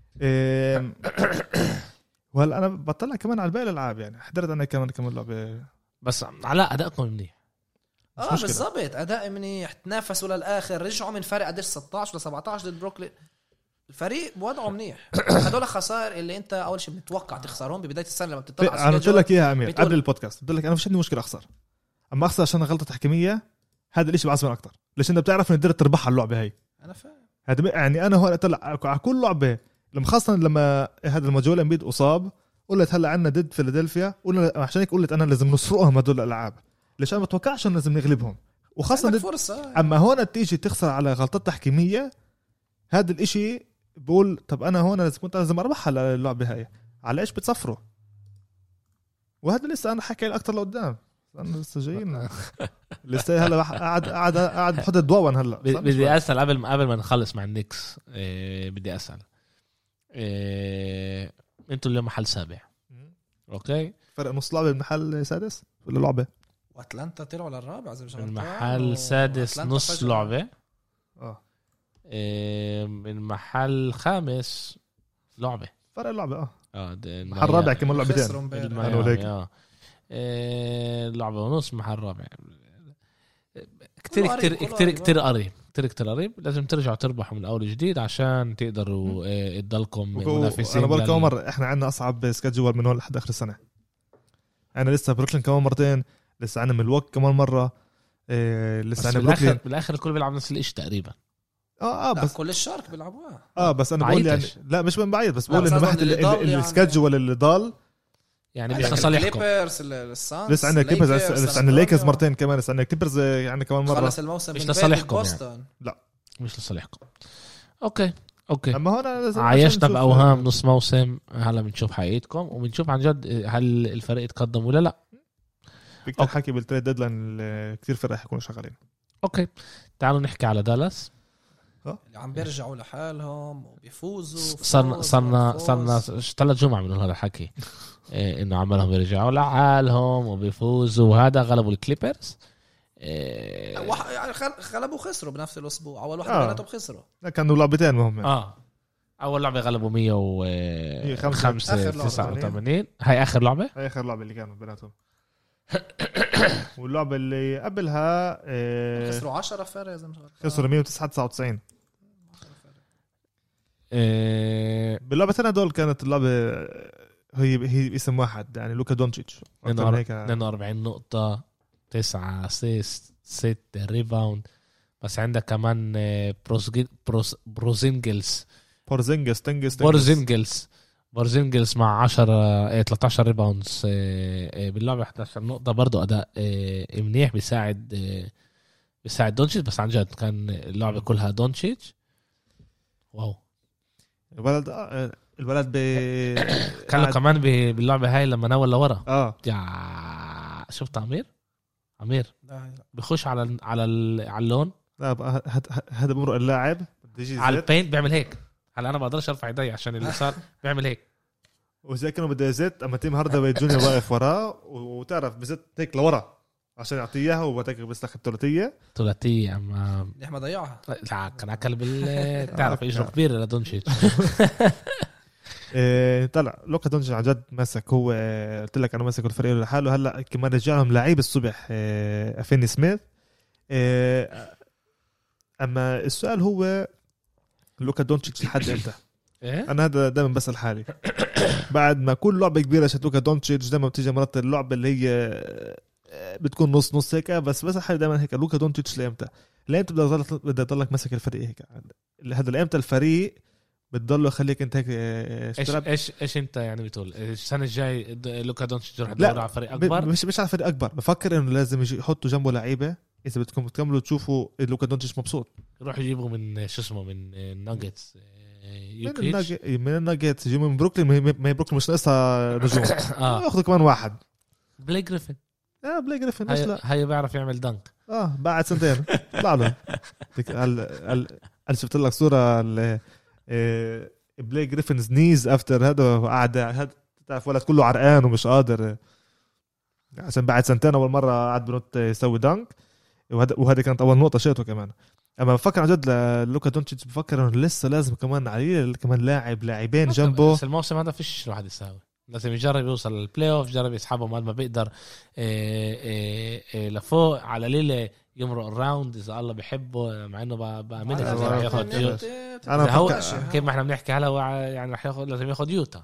Speaker 2: وهلا انا بطلع كمان على باقي الالعاب، يعني حضرت انا كمان لعبة، بس
Speaker 1: على ادائكم منيح.
Speaker 3: بالضبط اداء منيح، تنافسوا للاخر، رجعوا من فرق قديش 16 ل 17 ضد بروكلين. الفريق وضعه منيح. هذول خسائر اللي انت اول شيء بتتوقع تخسرهم ببدايه السنه لما بتطلع.
Speaker 2: انا قلت لك اياها امير قبل البودكاست، قلت لك انا مش عندي مشكله اخسر، اما اخسر عشان غلطه تحكيميه هذا الاشي بعصبني اكتر. ليش انت بتعرف ان قدرت تربحها اللعبه هي.
Speaker 3: انا فاهم
Speaker 2: هذا يعني انا هون اطلع على كل لعبه لما خاصه لما هذا المجول امبيد اصاب، قلت هلا عندنا ضد فيلادلفيا، قلنا عشان هيك قلت انا لازم نسرقهم هذول الالعاب. ليش انا بتوقعش انه لازم نغلبهم، وخاصة
Speaker 3: فرصة.
Speaker 2: أما هون تيجي تخسر على غلطات تحكيمية، هذا الاشي بقول طب أنا هون لازم أربحها للعبة هاي، على إيش بتصفروا؟ وهذا لسه أنا حكي أكتر لقدام، أنا لسه جايين لسه هلا قاعد بحط الضوان. هلا
Speaker 1: بدي أسأل قبل ما نخلص مع النكس. بدي أسأل أنتوا اللي محل سابع، أوكي؟
Speaker 2: فرق نص لعبة المحل سادس ولا لعبة؟
Speaker 3: واتلانتا طلعوا للرابع زي
Speaker 1: المحل سادس نص لعبة. المحل خامس لعبة،
Speaker 2: فرق لعبة.
Speaker 1: المحل
Speaker 2: الرابع كمان لعبتين.
Speaker 1: لعبة ونص محل رابع. كتير قريب. لازم ترجعوا تربحوا من اول جديد عشان تقدروا تضلكم منافسين.
Speaker 2: انا بقول كمان مرة احنا عندنا اصعب سكادجول من هون لحد اخر السنه. انا لسه بروكلين كمان مرتين، لسه عندنا ميلواكي كمان مره، لسه عندنا بروكلين.
Speaker 1: بالاخر الكل بيلعب نفس الشيء تقريبا.
Speaker 3: بس كل الشارك بيلعبوها.
Speaker 2: بس انا بقول يعني لا مش من بعيد، بس بقول انه واحد السكادجول اللي ضل
Speaker 1: يعني مش لصالحكم.
Speaker 2: لسه عندنا كليبرز، لسه عندنا ليكرز مرتين كمان، لسه عندنا كليبرز يعني كمان مره.
Speaker 3: خلص الموسم
Speaker 1: مش لصالحكم يعني.
Speaker 2: لا
Speaker 1: مش لصالحكم. اوكي
Speaker 2: اما هون
Speaker 1: عايشنا باوهام نص موسم. هلا بنشوف حقيقتكم وبنشوف عن جد هل الفريق يتقدم ولا لا.
Speaker 2: في كتير حكي بالتريد ديدلاين، كتير فرق حيكونوا شغالين.
Speaker 1: اوكي تعالوا نحكي على دالاس
Speaker 3: اللي عم بيرجعوا لحالهم وبيفوزوا.
Speaker 1: صرنا 3 جمعة من هذا الحكي انه عمالهم يرجعوا لحالهم وبيفوزوا، وهذا غلبوا الكليبرز.
Speaker 3: يعني غلبوا خسروا بنفس الاسبوع. اول واحده بيناتهم خسروا،
Speaker 2: كانوا لعبتين مهمة.
Speaker 1: اول لعبة غلبوا 105-89. هاي اخر لعبة
Speaker 2: اللي كانوا بيناتهم. واللعبة اللي قبلها
Speaker 3: خسروا 10 فرق،
Speaker 2: خسروا 199. باللعبتين هدول كانت اللعبة هي اسم واحد يعني لوكا دونتشيتش
Speaker 1: 42 نقطة 9 اسيست 6 ريباوند. بس عندك كمان بورزينجلز مع 13 ريباوندز باللعبة 11 نقطة. برضو أداء منيح بيساعد دونتشيتش. بس عن جد كان اللعبة كلها دونتشيتش. واو
Speaker 2: الولد
Speaker 1: كانوا كمان باللعبة هاي لما ناول لورا.
Speaker 2: يا
Speaker 1: شفت عمير بيخش على اللون.
Speaker 2: هذا بمرق اللاعب
Speaker 1: على البين بيعمل هيك. هلا انا بقدرش ارفع ايدي عشان اللي صار بيعمل هيك.
Speaker 2: وزي كانوا بده يزت اما تيم هارداوي جونيور واقف وراه وتعرف بزت هيك لورا عشان يعطيه اياها وبتاك بيسلخ الثلاثيه
Speaker 1: اما
Speaker 3: احنا ضيعها.
Speaker 1: لا كان اكل تعرف ايش كبير لدونتشيتش.
Speaker 2: طلع لوكا دونتشيتش عن جد مسك. هو قلت لك انا مسك الفريق لحاله. هلا كمان رجع لهم لعيب الصبح افيني سميث. اما السؤال هو لوكا دونتشيتش لحد امتى؟ انا هذا دائما بسأل حالي بعد ما كل لعبه كبيره شت لوكا دونتشيتش دائما بتيجي مرات اللعبه اللي هي بتكون نص هيك. بس حالي دائما هيك لوكا دونتشيتش لامتى بدك تضلك مسك الفريق هيك. هذا لامتى الفريق بتضله يخليك انت هيك
Speaker 1: ايش انت يعني بتقول السنه الجاي لوكا دونتشيتش يروح يدور على فريق اكبر؟
Speaker 2: مش على فريق اكبر. بفكر انه لازم يحطوا جنبه لعيبه اذا بدكم تكملوا تشوفوا لوكا دونتشيتش مبسوط.
Speaker 1: يروح يجيبوا من شو اسمه من الناجتس
Speaker 2: من الناجتس يجيبوا من بروكلين. ما هي بروكلين مش ناقصها نجوم. ياخذوا كمان واحد
Speaker 1: بلاي جريفن.
Speaker 2: بلاي جريفن مش لا
Speaker 1: هي بيعرف يعمل دنك.
Speaker 2: بعد سنتين طلع له. شفت لك صوره بلاي جريفنز نيز افتر هذا قاعد تعرف ولد كله عرقان ومش قادر عشان بعد سنتين اول مره قعد بنط يسوي دنك. وهذه كانت اول نقطه شاته كمان. اما بفكر عن جد لوكا دونتشيتش بفكر انه لسه لازم كمان عليه كمان لاعبين جنبه.
Speaker 1: بس الموسم هذا فيش واحد يساوي. لازم يجرب يوصل للبلاي اوف، يجرب يسحبهم قد ما بيقدر لفوق على ليله يمرق الراوند اذا الله بيحبه. مع انه بامنك راح ياخذ انا كيف ما احنا بنحكي هلا يعني راح ياخذ لازم ياخذ يوتا.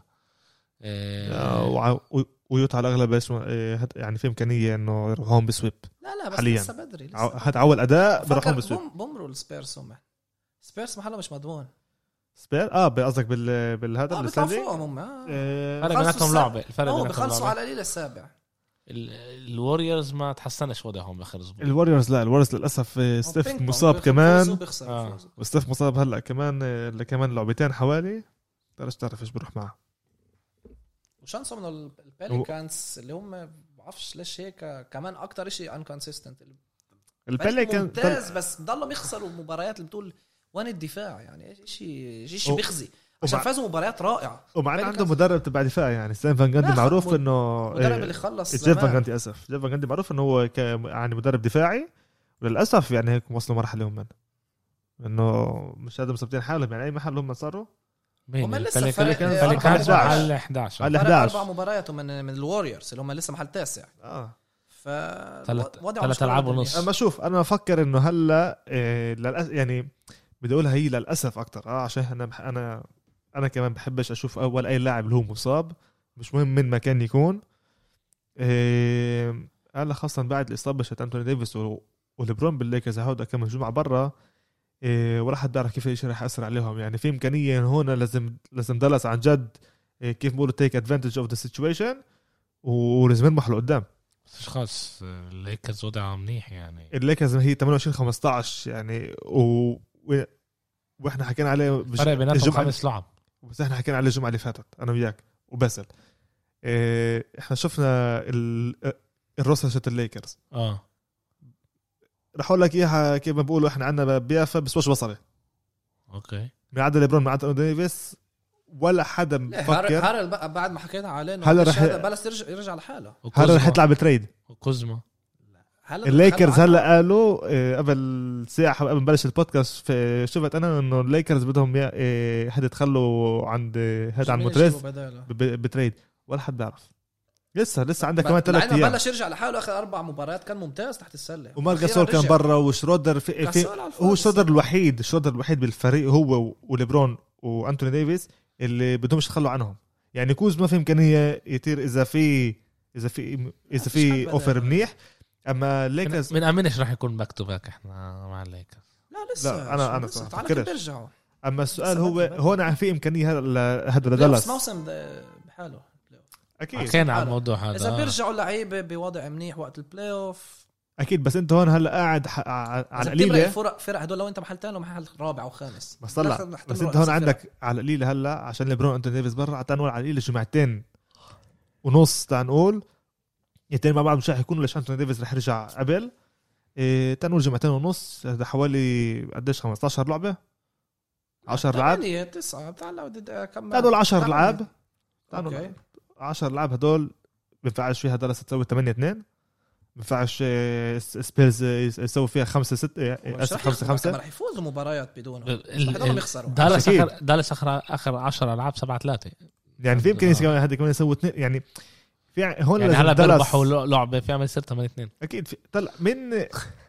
Speaker 2: ويوتا على الاغلب يعني في امكانيه انه يروحون بسويب.
Speaker 3: لا بس
Speaker 2: حاليا
Speaker 3: لسه بدري.
Speaker 2: هذا اول اداء بيروحون بسويب.
Speaker 3: بمروا السبيرز هم سبيرز محله مش مضمون.
Speaker 2: سبير بقصدك بالهذا
Speaker 3: بالسلندي
Speaker 1: فرق بيناتهم لعبه. الفرق بيناتهم
Speaker 3: بخلصوا على القليل السابع.
Speaker 1: الوريورز ما تحسنش وضعهم باخر اسبوع.
Speaker 2: الوريورز للاسف ستيف مصاب كمان. وستيف مصاب هلا كمان لعبتين حوالي تعرف ايش بروح معه.
Speaker 3: وشانسو من الباليكانز اللي هم بعرفش ليش هيك كمان اكتر شيء انكونسيستنت. الباليكان ممتاز بس ضلوا يخسروا مباريات اللي بتقول وين الدفاع يعني شيء بيخزي عشان فازوا مباريات رائعه.
Speaker 2: ومعنا عنده مدرب تبع دفاع يعني ستيف فان جاندي معروف انه
Speaker 3: مدرب اللي خلص
Speaker 2: جيف فان جاندي. جيف فان جاندي معروف انه هو يعني مدرب دفاعي. وللاسف يعني هيك وصلوا مرحله هم انه مش هذا مثبتين حالهم يعني اي محل هم صاروا
Speaker 3: هم لسه
Speaker 1: فاليكانز على 11
Speaker 3: على 4 مباريات من الواريورز اللي هم لسه محل تاسع. ف
Speaker 1: 3 ألعاب ونص.
Speaker 2: اما شوف انا بفكر انه هلا يعني بدي اقولها هي للاسف اكتر عشان انا كمان بحبش اشوف اول اي لاعب اللي هو مصاب، مش مهم من ما كان يكون. هلا خاصه بعد الاصابه شت انتوني ديفيس وليبرون بالليكرز هودا كم جمعه برا، ولا حد بيعرف كيف الشيء رح ياثر عليهم. يعني في امكانيه هون لازم دالاس عن جد كيف بقولوا تيك ادفانتج اوف ذا سيتويشن ولازم يرمحوا لقدام.
Speaker 1: مش خاص الليكرز وضعها منيح، يعني
Speaker 2: الليكرز هي 28-15 يعني واحنا حكينا عليه
Speaker 1: فرق بيناتهم 5 لعب،
Speaker 2: بس احنا حكينا عليه الجمعه اللي فاتت انا وياك وباسل. احنا شفنا الروستر شت الليكرز. رح اقول لك اياها كيف ما بقولوا احنا عندنا بيافا بس وش بصري.
Speaker 1: اوكي
Speaker 2: من عدا ليبرون من عدا ديفيس ولا حدا مفكر.
Speaker 3: هارل بعد ما حكينا عليه انه هذا بلش يرجع لحاله.
Speaker 2: هارل رح يطلع بتريد
Speaker 1: وكوزما.
Speaker 2: الليكرز هلا قالوا قبل ساعه قبل بلش البودكاست شفت انا انه الليكرز بدهم حد يتخلوا عند هذا عن متريز بتريد، ولا حد بيعرف. لسه عندك كمان 3 ايام.
Speaker 3: بلش يرجع لحاله اخر 4 مباريات كان ممتاز تحت السله،
Speaker 2: ومارك جاسول كان برا وشرودر هو الشرودر الوحيد بالفريق هو وليبرون وانتوني ديفيس اللي بدهمش يتخلوا عنهم. يعني كوز ما في امكانيه يطير اذا في اوفر منيح. اما الليكرز
Speaker 1: من امنش راح يكون باك تو باك احنا مع الليكرز.
Speaker 3: لا لسه
Speaker 2: لا انا
Speaker 3: فكرت بيرجعوا.
Speaker 2: اما السؤال هو هون في امكانيه هذا لدالاس
Speaker 3: موسم بحاله.
Speaker 2: اكيد
Speaker 1: حكينا على الموضوع هذا.
Speaker 3: اذا بيرجعوا لعيبه بوضع منيح وقت البلاي اوف
Speaker 2: اكيد. بس انت هون هلا قاعد على قليله
Speaker 3: فرق هدول لو انت محل ثاني ومحل رابع وخامس.
Speaker 2: بس انت هون عندك على قليله هلا عشان ليبرون انتوني ديفيس برا. تعال على قليله جمعتين ونص تعال نقول الاثنين مع بعض مش رح يكونوا ليش انتوني ديفيس رح يرجع قبل. تعال نقول جمعتين ونص هذا حوالي قديش 15 لعبه 10 لعب
Speaker 3: 8 9 تعال
Speaker 2: نقول 10 لعب 10 لعب هدول بينفعش فيها دالاس تسوي 8-2 بينفعش سبيرز يسوي فيها 5-6
Speaker 3: رح يفوزوا مباريات بدونه
Speaker 1: بدهم
Speaker 3: يخسروا.
Speaker 1: دالاس اخر 10 العاب 7-3
Speaker 2: يعني في يمكن هذا كمان يسوي 2 يعني في هون
Speaker 1: يعني هلا بيربحوا لعبه في عمل 6-8
Speaker 2: اكيد طلع من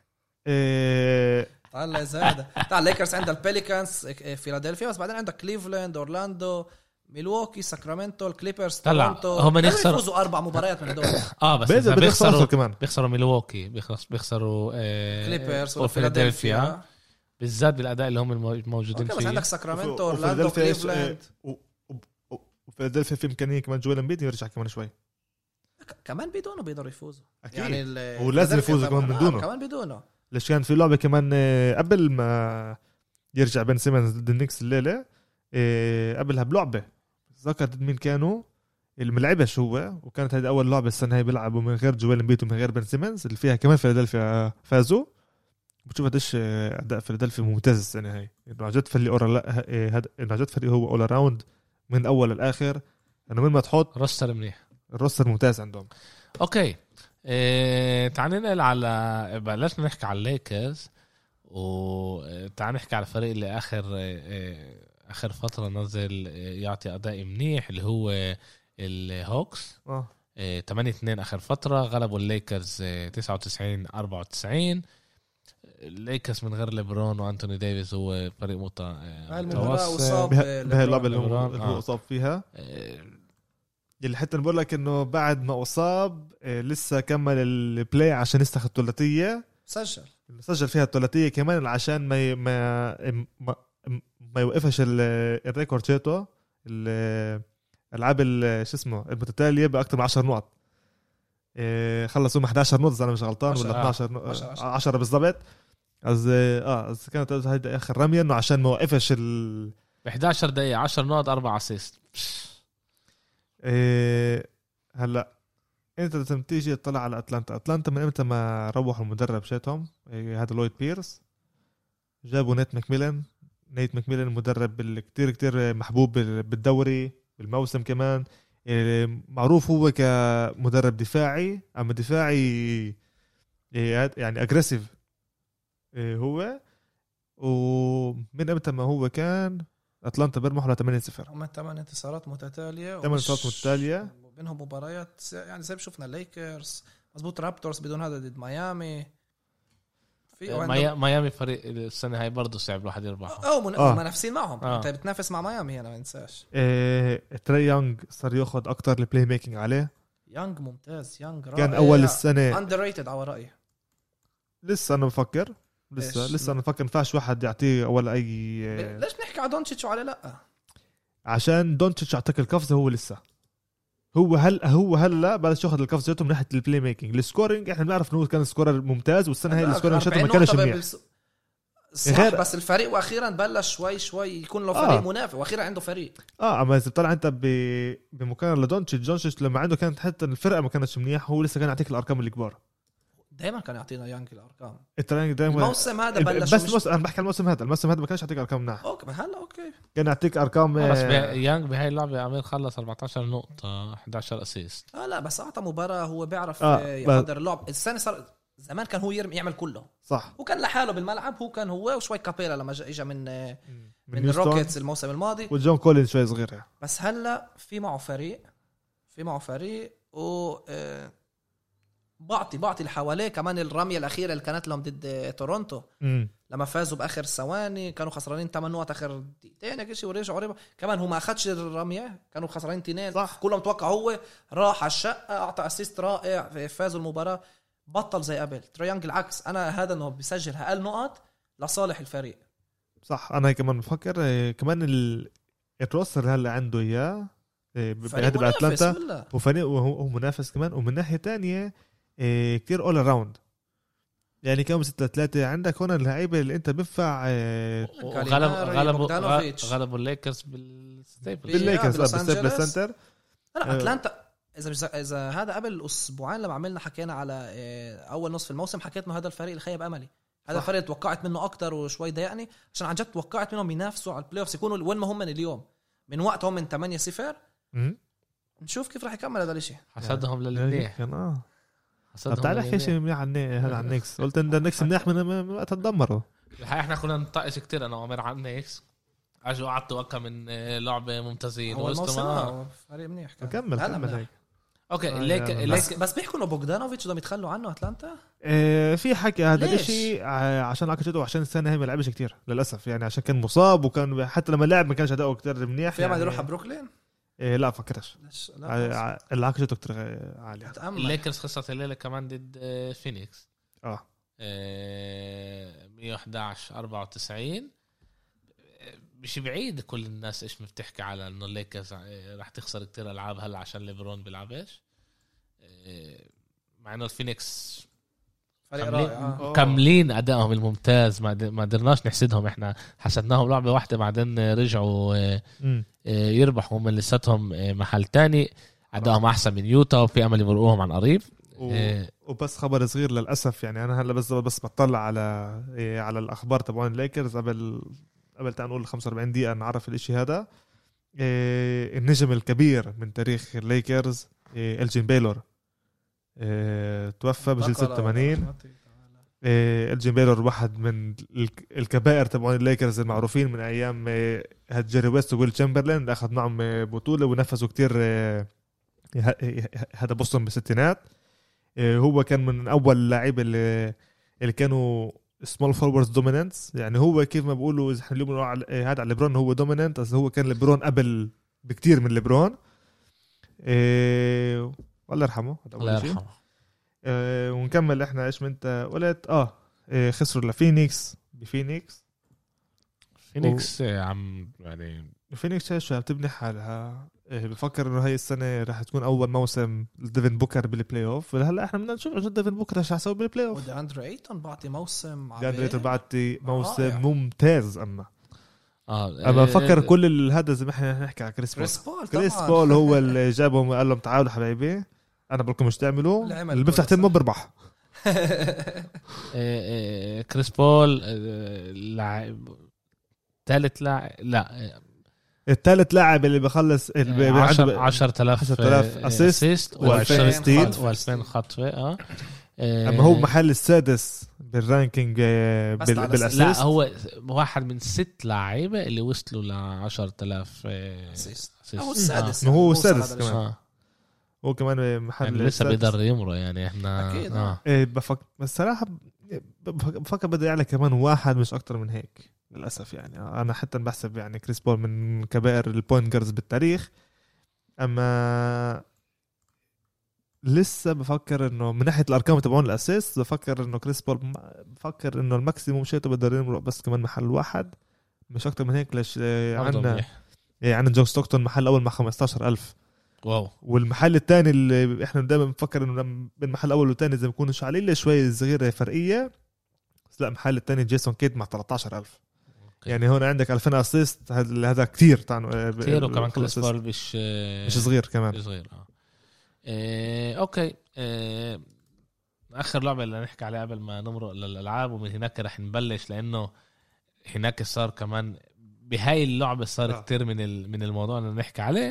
Speaker 3: طلع زياده. طلع ليكرز عندها البيليكانز فيلادلفيا، بس بعدين عندك كليفلاند اورلاندو ميلواukee ساكرامنتو الكليبرز تورونتو. هم يخسروا 4 مباريات من هدول.
Speaker 1: بس بيخسروا كمان بيخسروا ميلواukee بيخسروا
Speaker 3: كليبرز وفيلادلفيا
Speaker 1: بالذات بالاداء اللي هم موجودين فيه.
Speaker 3: بس عندك ساكرامنتو اورلاندو كليفلاند
Speaker 2: وفيلادلفيا في امكانيه كمان جويل امبيد يرجع كمان شوي
Speaker 3: كمان بدونه بيقدروا يفوزوا
Speaker 2: يعني ولازم يفوزوا كمان بدونه
Speaker 3: كمان بدونه.
Speaker 2: ليش كان في لعبه كمان قبل ما يرجع بن سيمنز ضد النكس الليله قبلها بلعبه ذكرت مين كانوا اللي ملعبش هو، وكانت هذه اول لعبه السنه هي بيلعبوا من غير جويل امبيد ومن غير بن سيمنز اللي فيها كمان فيلادلفيا فازوا. بتشوف قديش اداء فيلادلفيا ممتاز السنه هاي. انه عن جد فريق انه عن جد فريق هو اول راوند من اول للاخر. انه من ما تحط
Speaker 1: روستر منيح
Speaker 2: الروستر ممتاز عندهم.
Speaker 1: اوكي تعال ننقل على بلاش نحكي على الليكرز وتعال نحكي على الفريق اللي اخر فتره نزل يعطي اداء منيح اللي هو الهوكس. 8-2 اخر فتره غلبوا الليكرز 99-94. الليكرز من غير ليبرون وانتوني ديفيس هو فريق
Speaker 2: متوسط بهي اللعبه اللي هو اصاب فيها اللي حتى نقول لك انه بعد ما اصاب لسه كمل البلاي عشان يستخدم الثلاثيه سجل فيها الثلاثيه كمان عشان ما يوقفش الريكورد شيتو الالعاب شو اسمه المتتاليه باكثر من 10 نقط. خلصوا 11 نقطه انا مش غلطان ولا 12 10 بالضبط. از كانت هيدا اخر رميه انه عشان ما وقفش ب
Speaker 1: 11 دقيقه 10 نقط 4 اسيست.
Speaker 2: هلا انت لازم تيجي تطلع على اتلانتا من امتى ما روحوا المدرب شيتهم هذا لويد بيرس. جابوا نيت ماكميلان المدرب اللي كتير محبوب بالدوري بالموسم كمان. معروف هو كمدرب دفاعي اما دفاعي يعني اجريسيف هو. ومن امتى ما هو كان اتلانتا بيربحوا 8-0.
Speaker 3: هم 8 انتصارات متتاليه
Speaker 2: 8 انتصارات متتاليه
Speaker 3: بينهم مباريات يعني زي ما شفنا الليكرز مظبوط، رابتورز بدون هذا ضد ميامي.
Speaker 1: ميامي فريق السنه هاي برضه صعب الواحد يربحهم
Speaker 3: منافسين معهم. انت بتنافس مع ميامي هنا ما ننساش.
Speaker 2: تري يونغ صار ياخذ اكتر البلاي ميكينج عليه.
Speaker 3: يونغ ممتاز، يونغ
Speaker 2: كان اول السنه
Speaker 3: اندر ريتد على رايي.
Speaker 2: لسه انا بفكر لسه انا بفكر ينفعش واحد يعطيه ولا اي.
Speaker 3: ليش نحكي على دونتشيتش وعلى لا؟
Speaker 2: عشان دونتشيتش اعطاك القفزه، هو لسه هو هلا بلش ياخذ القفزه من ناحيه البلاي ميكينج. السكورينج احنا بنعرف انه كان سكورر ممتاز، والسنه هاي السكورينج شاته ما كانش منيح
Speaker 3: غير بس الفريق واخيرا بلش شوي يكون له فريق منافس، واخيرا عنده فريق.
Speaker 2: اما اذا طلع انت بمقارنه لدونتشيتش لما عنده كانت حتى الفرقه ما كانتش منيح، هو لسه كان يعطيك الارقام الكبار.
Speaker 3: دائما كان يعطينا يانج الارقام.
Speaker 2: الموسم
Speaker 3: هذا بلش
Speaker 2: بس انا بحكي الموسم هذا ما كانش يعطيك ارقام منيح.
Speaker 3: اوكي هلا اوكي
Speaker 2: كان يعطيك ارقام
Speaker 1: بس يانج بهاي اللعبه عمل خلص 14 نقطه 11 اسيست.
Speaker 3: لا بس اعطى مباراه، هو بيعرف يقدر اللعب. السنه صار زمان كان هو يعمل كله
Speaker 2: صح،
Speaker 3: وكان لحاله بالملعب. هو وشوي كابيلا لما اجى من الروكيتس الموسم الماضي،
Speaker 2: وجون كولين شوي صغير يعني.
Speaker 3: بس هلا في معه فريق و بعطي اللي حواليه كمان. الرميه الاخيره اللي كانت لهم ضد تورونتو لما فازوا باخر ثواني، كانوا خسرانين 8 نقط اخر دقيقتين هيك شيء، ورجعوا كمان هو ما اخذش الرميه، كانوا خسرانين 2 كلهم توقع هو راح على الشقه اعطى اسيست رائع، فازوا المباراه. بطل زي قبل تريانج العكس. انا هذا انه بيسجل اقل نقط لصالح الفريق.
Speaker 2: صح، انا كمان بفكر كمان الروستر هلا عنده اياه بهذا باتلانتا، وفريق وهو منافس كمان. ومن ناحيه تانية كتير اول اراوند، يعني كم 6-3 عندك هنا اللعيبه اللي انت بينفع.
Speaker 1: غلبوا الليكرز بالستيبل
Speaker 2: بالستيبل سنتر.
Speaker 3: اتلانتا اذا هذا قبل اسبوعين لما عملنا حكينا على اول نصف الموسم، حكيت انه هذا الفريق الخيب املي. هذا الفريق توقعت منه اكتر وشوي ضايقني، عشان عن جد توقعت منهم ينافسوا على البلاي اوفز، يكونوا وين ما هم من اليوم من وقتهم من 8-0. نشوف كيف راح يكمل هذا الشيء.
Speaker 1: حسدهم للمنيح.
Speaker 2: تعال احكي شيء منيح عن هذا عن النكس. قلت ان النكس منيح من وقت تدمروا.
Speaker 1: الحقيقه احنا كنا ننطقش كتير انا وعمر عن النكس. اجوا قعدوا وقت من لعبه ممتازين
Speaker 3: وسطهم فريق منيح.
Speaker 2: كمل هيك.
Speaker 1: اوكي
Speaker 3: بس بيحكوا انه بوغدانوفيتش بدهم يتخلوا عنه اتلانتا.
Speaker 2: في حكي هذا الشيء عشان اكيد عشان السنه هي ما لعبش كتير للاسف، يعني عشان كان مصاب، وكان حتى لما لعب ما كانش اداؤه كتير منيح.
Speaker 3: في يعني يروح على بروكلين.
Speaker 2: لا فكرتش العكس كتير عالي.
Speaker 1: الليكرز خسرت الليله كمان ضد فينيكس 111-94. مش بعيد كل الناس ايش بتحكي على انه الليكرز راح تخسر كتير العاب هلا عشان ليبرون بيلعبش، مع انه الفينيكس كاملين ادائهم الممتاز. ما قدرناش نحسدهم، احنا حسدناهم لعبه واحده بعدين رجعوا يربحوا من لساتهم محل تاني. ادائهم احسن من يوتا وفي امل يمرقوهم عن قريب.
Speaker 2: وبس خبر صغير للاسف، يعني انا هلا بس بطلع على الاخبار تبعون الليكرز قبل تعال نقول 45 دقيقه نعرف الاشي هذا. النجم الكبير من تاريخ الليكرز إلجين بيلور توفى بجيل 86. إلجين بيلور واحد من الكبائر تبعون الليكرز المعروفين من ايام جيري ويست وويل تشامبرلين اللي اخذ معهم بطوله ونفذوا كتير هذا بوسطن بالستينات. هو كان من اول اللاعبين اللي كانوا small forwards dominance، يعني هو كيف ما بيقولوا اذا احنا اليوم هذا على ليبرون هو dominant، بس هو كان ليبرون قبل بكتير من ليبرون. والله يرحمه.
Speaker 1: الله يرحمه.
Speaker 2: ونكمل احنا ايش ما انت قلت. خسروا لفينيكس بفينيكس
Speaker 1: عم يعني
Speaker 2: فينيكس ايش بتبني حالها. بفكر انه هاي السنه راح تكون اول موسم لديفن بوكر بالبلاي اوف. هلا احنا بدنا نشوف ايش ديفن بوكر راح يسوي بالبلاي اوف.
Speaker 3: وداندري ايتون بعطي موسم
Speaker 2: موسم ممتاز. اما بفكر كل هذا زي ما احنا نحكي على كريس بول هو اللي جابهم وقال لهم تعالوا حبايبي انا بقولكم مش تعملوا اللي بيفتح تمه بربح.
Speaker 1: كريس بول لاعب ثالث الثالث
Speaker 2: لاعب اللي بخلص
Speaker 1: 10,000 اسيست
Speaker 2: و2000
Speaker 1: و2000 خطوه.
Speaker 2: اما هو محل السادس بالرانكينج بالاسيست.
Speaker 1: لا هو واحد من 6 لاعيبه اللي وصلوا ل 10,000
Speaker 3: اسيست. هو السادس
Speaker 2: هو السادس كمان. هو كمان محل
Speaker 1: يعني لسه بيقدر يمرق يعني احنا
Speaker 3: اكيد
Speaker 2: بس صراحه بفكر بده يعلى كمان واحد مش اكتر من هيك للاسف. يعني انا حتى بحسب يعني كريس بول من كبائر البوينت جاردز بالتاريخ، اما لسه بفكر انه من ناحيه الارقام تبعون الاسيست بفكر انه كريس بول بفكر انه الماكسيموم شيء بده يمرق بس كمان محل واحد مش اكتر من هيك. ليش عندنا عندنا جون ستوكتون محل اول مع 15,000.
Speaker 1: واو.
Speaker 2: والمحل الثاني اللي احنا دائما بنفكر انه بين المحل الاول والثاني زي بيكونوا شعلين شوي صغيره فرقيه، بس لا المحل الثاني جيسون كيد مع 13,000. يعني هون عندك 2000 اسيست، هذا كتير
Speaker 1: كتير. وكمان كريس بول مش
Speaker 2: صغير كمان
Speaker 1: مش صغير. اوكي. اخر لعبه اللي نحكي عليها قبل ما نمرق للالعاب ومن هناك رح نبلش، لانه هناك صار كمان بهاي اللعبه صار كتير من الموضوع اللي نحكي عليه.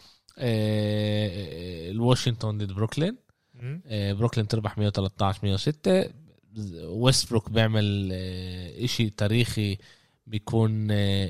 Speaker 1: الواشنطن ضد بروكلين. بروكلين تربح 113-106. ويستبروك بيعمل اشي تاريخي، بيكون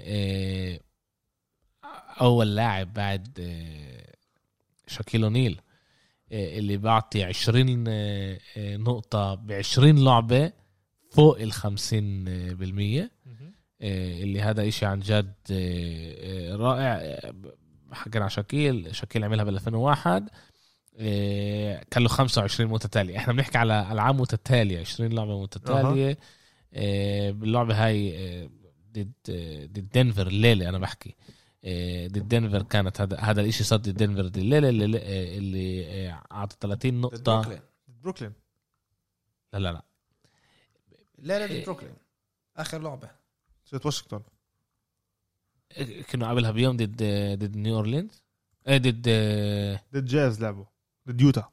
Speaker 1: اول لاعب بعد شاكيل أونيل اللي بعطي 20 نقطة ب20 لعبة فوق 50%. اللي هذا إشي عن جد رائع. حكينا عن شاكيل عملها بال2001. كان له 25 متتالية. احنا بنحكي على ألعاب متتالية، 20 لعبة متتالية. باللعبة هاي ضد دنفر الليلة أنا بحكي ضد دنفر. كانت هذا الاشي صار ضد دنفر دي الليلة اللي عطى 30 نقطة.
Speaker 2: بروكلين
Speaker 1: لا
Speaker 3: ضد بروكلين آخر لعبة.
Speaker 2: ضد واشنطن
Speaker 1: كانوا قبلها بيوم ضد نيو أورلينز. ضد
Speaker 2: جاز لعبوا ضد يوتا.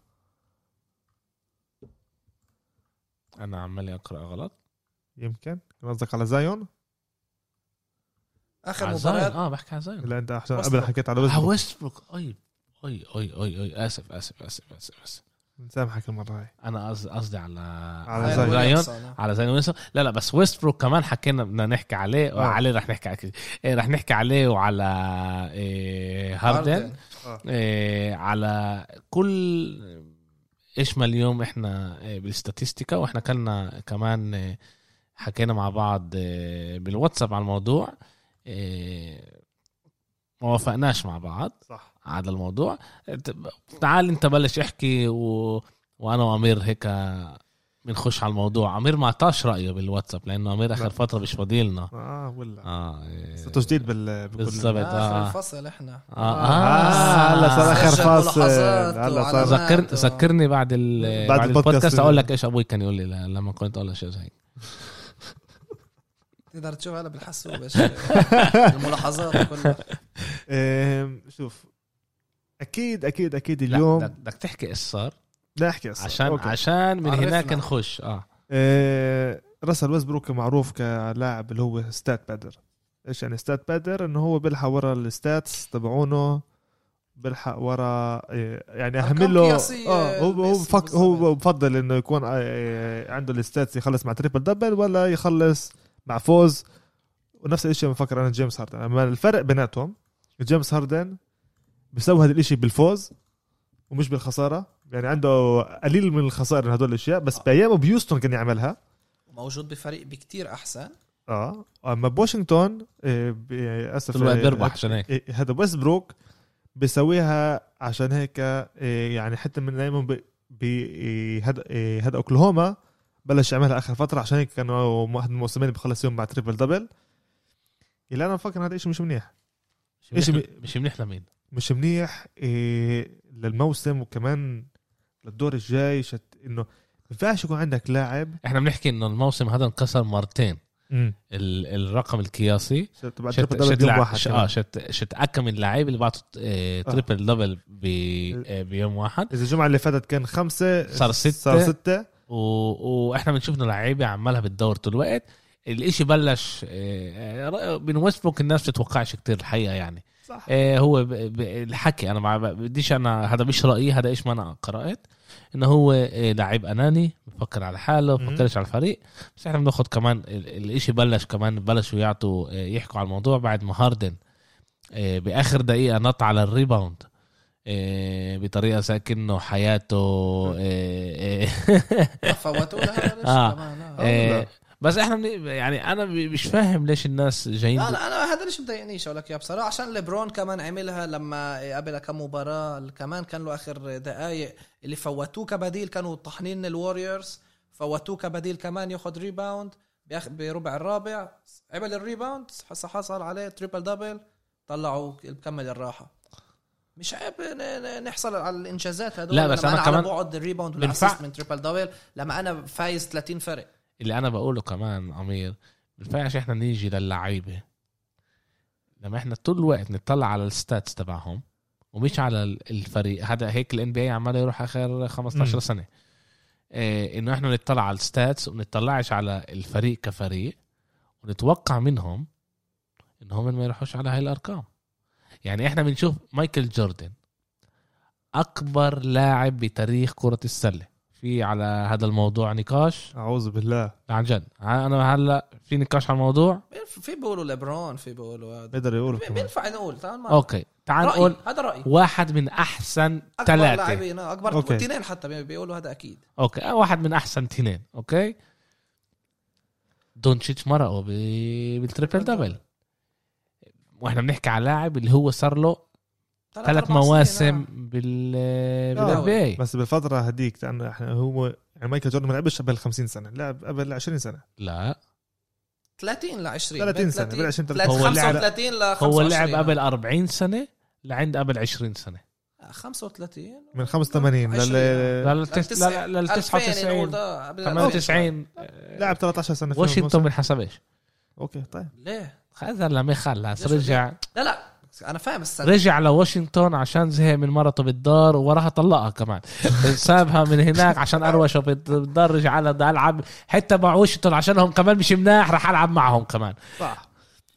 Speaker 1: أنا عمالي أقرأ غلط.
Speaker 2: يمكن قصدك على زايون
Speaker 3: اخر مباراه.
Speaker 1: بحكي عن زايون.
Speaker 2: لا انت قبل حكيت على
Speaker 1: ويستبروك. اي اسف
Speaker 2: نسامحك المره هاي.
Speaker 1: انا قصدي على زايون. على زايون. لا بس ويستبروك كمان حكينا بدنا نحكي عليه وعليه رح نحكي عليه وعلى هاردن. على كل ايش ما اليوم احنا بالاستاتستيكا، واحنا كنا كمان حكينا مع بعض بالواتساب على الموضوع. ما وافقناش مع بعض
Speaker 2: صح
Speaker 1: على الموضوع. تعال انت بلش احكي وانا وامير هيك بنخش على الموضوع. امير ما عطاش رايه بالواتساب لانه امير اخر فتره مش فاضيلنا.
Speaker 2: ولا تجديد
Speaker 1: بالضبط.
Speaker 3: اخر الفصل احنا
Speaker 2: هلا صار اخر فصل.
Speaker 3: هلا
Speaker 2: صار
Speaker 1: ذكرني بعد البودكاست اقول لك ايش ابوي كان يقول لي لما كنت اقول له شيء زي هيك.
Speaker 3: تقدر تشوف هلا بالحاسوب ايش الملاحظات كلها.
Speaker 2: شوف اكيد اليوم
Speaker 1: بدك تحكي ايش صار.
Speaker 2: لا احكي
Speaker 1: عشان من هناك نخش.
Speaker 2: راسل ويستبروك معروف كلاعب اللي هو ستات بادر. ايش يعني ستات بادر؟ انه هو بيلحق ورا الستاتس تبعونه، بيلحق ورا يعني اهم له. هو بفضل انه يكون عنده الستاتس يخلص مع تريبل دبل ولا يخلص مع فوز. ونفس الشيء بفكر انا جيمس هاردن. اما الفرق بيناتهم جيمس هاردن بيسوي هذا الاشي بالفوز ومش بالخسارة. يعني عنده قليل من الخسائر هدول الاشياء، بس بايامه بيوستون كان يعملها.
Speaker 3: موجود بفريق بكتير احسن.
Speaker 2: اما بواشنطن اسف
Speaker 1: بيربح عشان هيك.
Speaker 2: هذا ويستبروك بيسويها عشان هيك. يعني حتى من ايامه هذا اوكلاهوما بلش يعملها اخر فتره عشان هيك كانوا واحد من الموسمين بخلص يوم مع تريبل دبل. اللي انا بفكر هذا الشيء مش منيح.
Speaker 1: مش منيح لمين؟
Speaker 2: مش منيح للموسم وكمان للدور الجاي. انه ما ينفعش يكون عندك لاعب.
Speaker 1: احنا بنحكي انه الموسم هذا انكسر مرتين. الرقم القياسي شت أكم من اللاعب اللي بعطوا تريبل دبل بيوم واحد.
Speaker 2: إذا الجمعة اللي فاتت كان 5
Speaker 1: صار 6 واحنا بنشوفنا لعيبة عمالها بالدور طول الوقت. الاشي بلش من ويستبروك الناس تتوقعش كتير الحقيقة. يعني هو الحكي انا ما بديش، انا هذا مش رايي، هذا ايش ما انا قرات انه هو لاعب اناني بفكر على حاله بفكرش على الفريق. بس احنا بناخد كمان الاشي بلشوا يعطوا يحكوا على الموضوع بعد ما هاردن باخر دقيقه نط على الريباوند بطريقه زي كأنه حياته
Speaker 3: فوتوا لها.
Speaker 1: بس احنا يعني انا مش فاهم ليش الناس جايين.
Speaker 3: لا انا هذا ليش مضايقنيش اقول لك يا بصراحه، عشان ليبرون كمان عملها لما قبل كم مباراه كمان كان له اخر دقائق اللي فوتوه كبديل، كانوا طحنين الواريورز فوتوه كبديل كمان ياخد ريباوند بربع الرابع، عمل الريباوند حصل عليه تريبل دبل، طلعوا بكمل الراحه. مش عيب نحصل على الانجازات هذول.
Speaker 1: لا بس انا كمان
Speaker 3: على بعد الريباوند والاسيست من تريبل دبل لما انا فايز 30 فرق.
Speaker 1: اللي انا بقوله كمان عمير، بنفعش احنا نيجي للعيبه لما احنا طول الوقت نطلع على الستاتس تبعهم ومش على الفريق. هذا هيك الان بي اي عمال يروح اخر 15 سنه انه احنا نطلع على الستاتس ونطلعش على الفريق كفريق ونتوقع منهم انهم ما يروحوش على هاي الارقام. يعني احنا بنشوف مايكل جوردن اكبر لاعب بتاريخ كرة السلة، في على هذا الموضوع نقاش؟
Speaker 2: اعوذ بالله
Speaker 1: عن جد انا هلا في نقاش على الموضوع.
Speaker 3: في بيقولوا ليبرون، في بيقولوا
Speaker 2: بيقدر يقولوا
Speaker 3: بينفع نقول
Speaker 1: اوكي تعال نقول
Speaker 3: هذا رأيي.
Speaker 1: واحد من احسن ثلاثة
Speaker 3: اكبر اثنين حتى بيقولوا هذا اكيد.
Speaker 1: اوكي واحد من احسن اثنين. اوكي دونتشيتش مرقوا بالتريبل دبل، واحنا بنحكي على لاعب اللي هو صار له 3 مواسم بالNBA.
Speaker 2: بس بالفترة هديك لأنه احنا هو يعني مايكل جوردن ما لعبش قبل 50 سنة، لعب قبل 20 سنة.
Speaker 1: لا
Speaker 3: 30 ل 20
Speaker 2: 30 سنة بال 20
Speaker 1: هو
Speaker 3: 35 ل 25.
Speaker 1: هو لعب قبل 40 سنة لعند قبل 20 سنة.
Speaker 3: 35
Speaker 2: من 85
Speaker 1: لل 99 98
Speaker 2: لعب 13 سنة.
Speaker 1: واشنطن ما حسبش.
Speaker 2: اوكي طيب
Speaker 3: ليه
Speaker 1: هذا لما خلص رجع.
Speaker 3: لا انا فاهم
Speaker 1: رجع لواشنطن عشان زهق من مرته بالدار وراها طلقها كمان سابها من هناك عشان اروشه بالدار. رجع على العب حتى مع واشنطن عشانهم كمان مش مناح، راح العب معهم كمان
Speaker 2: صح.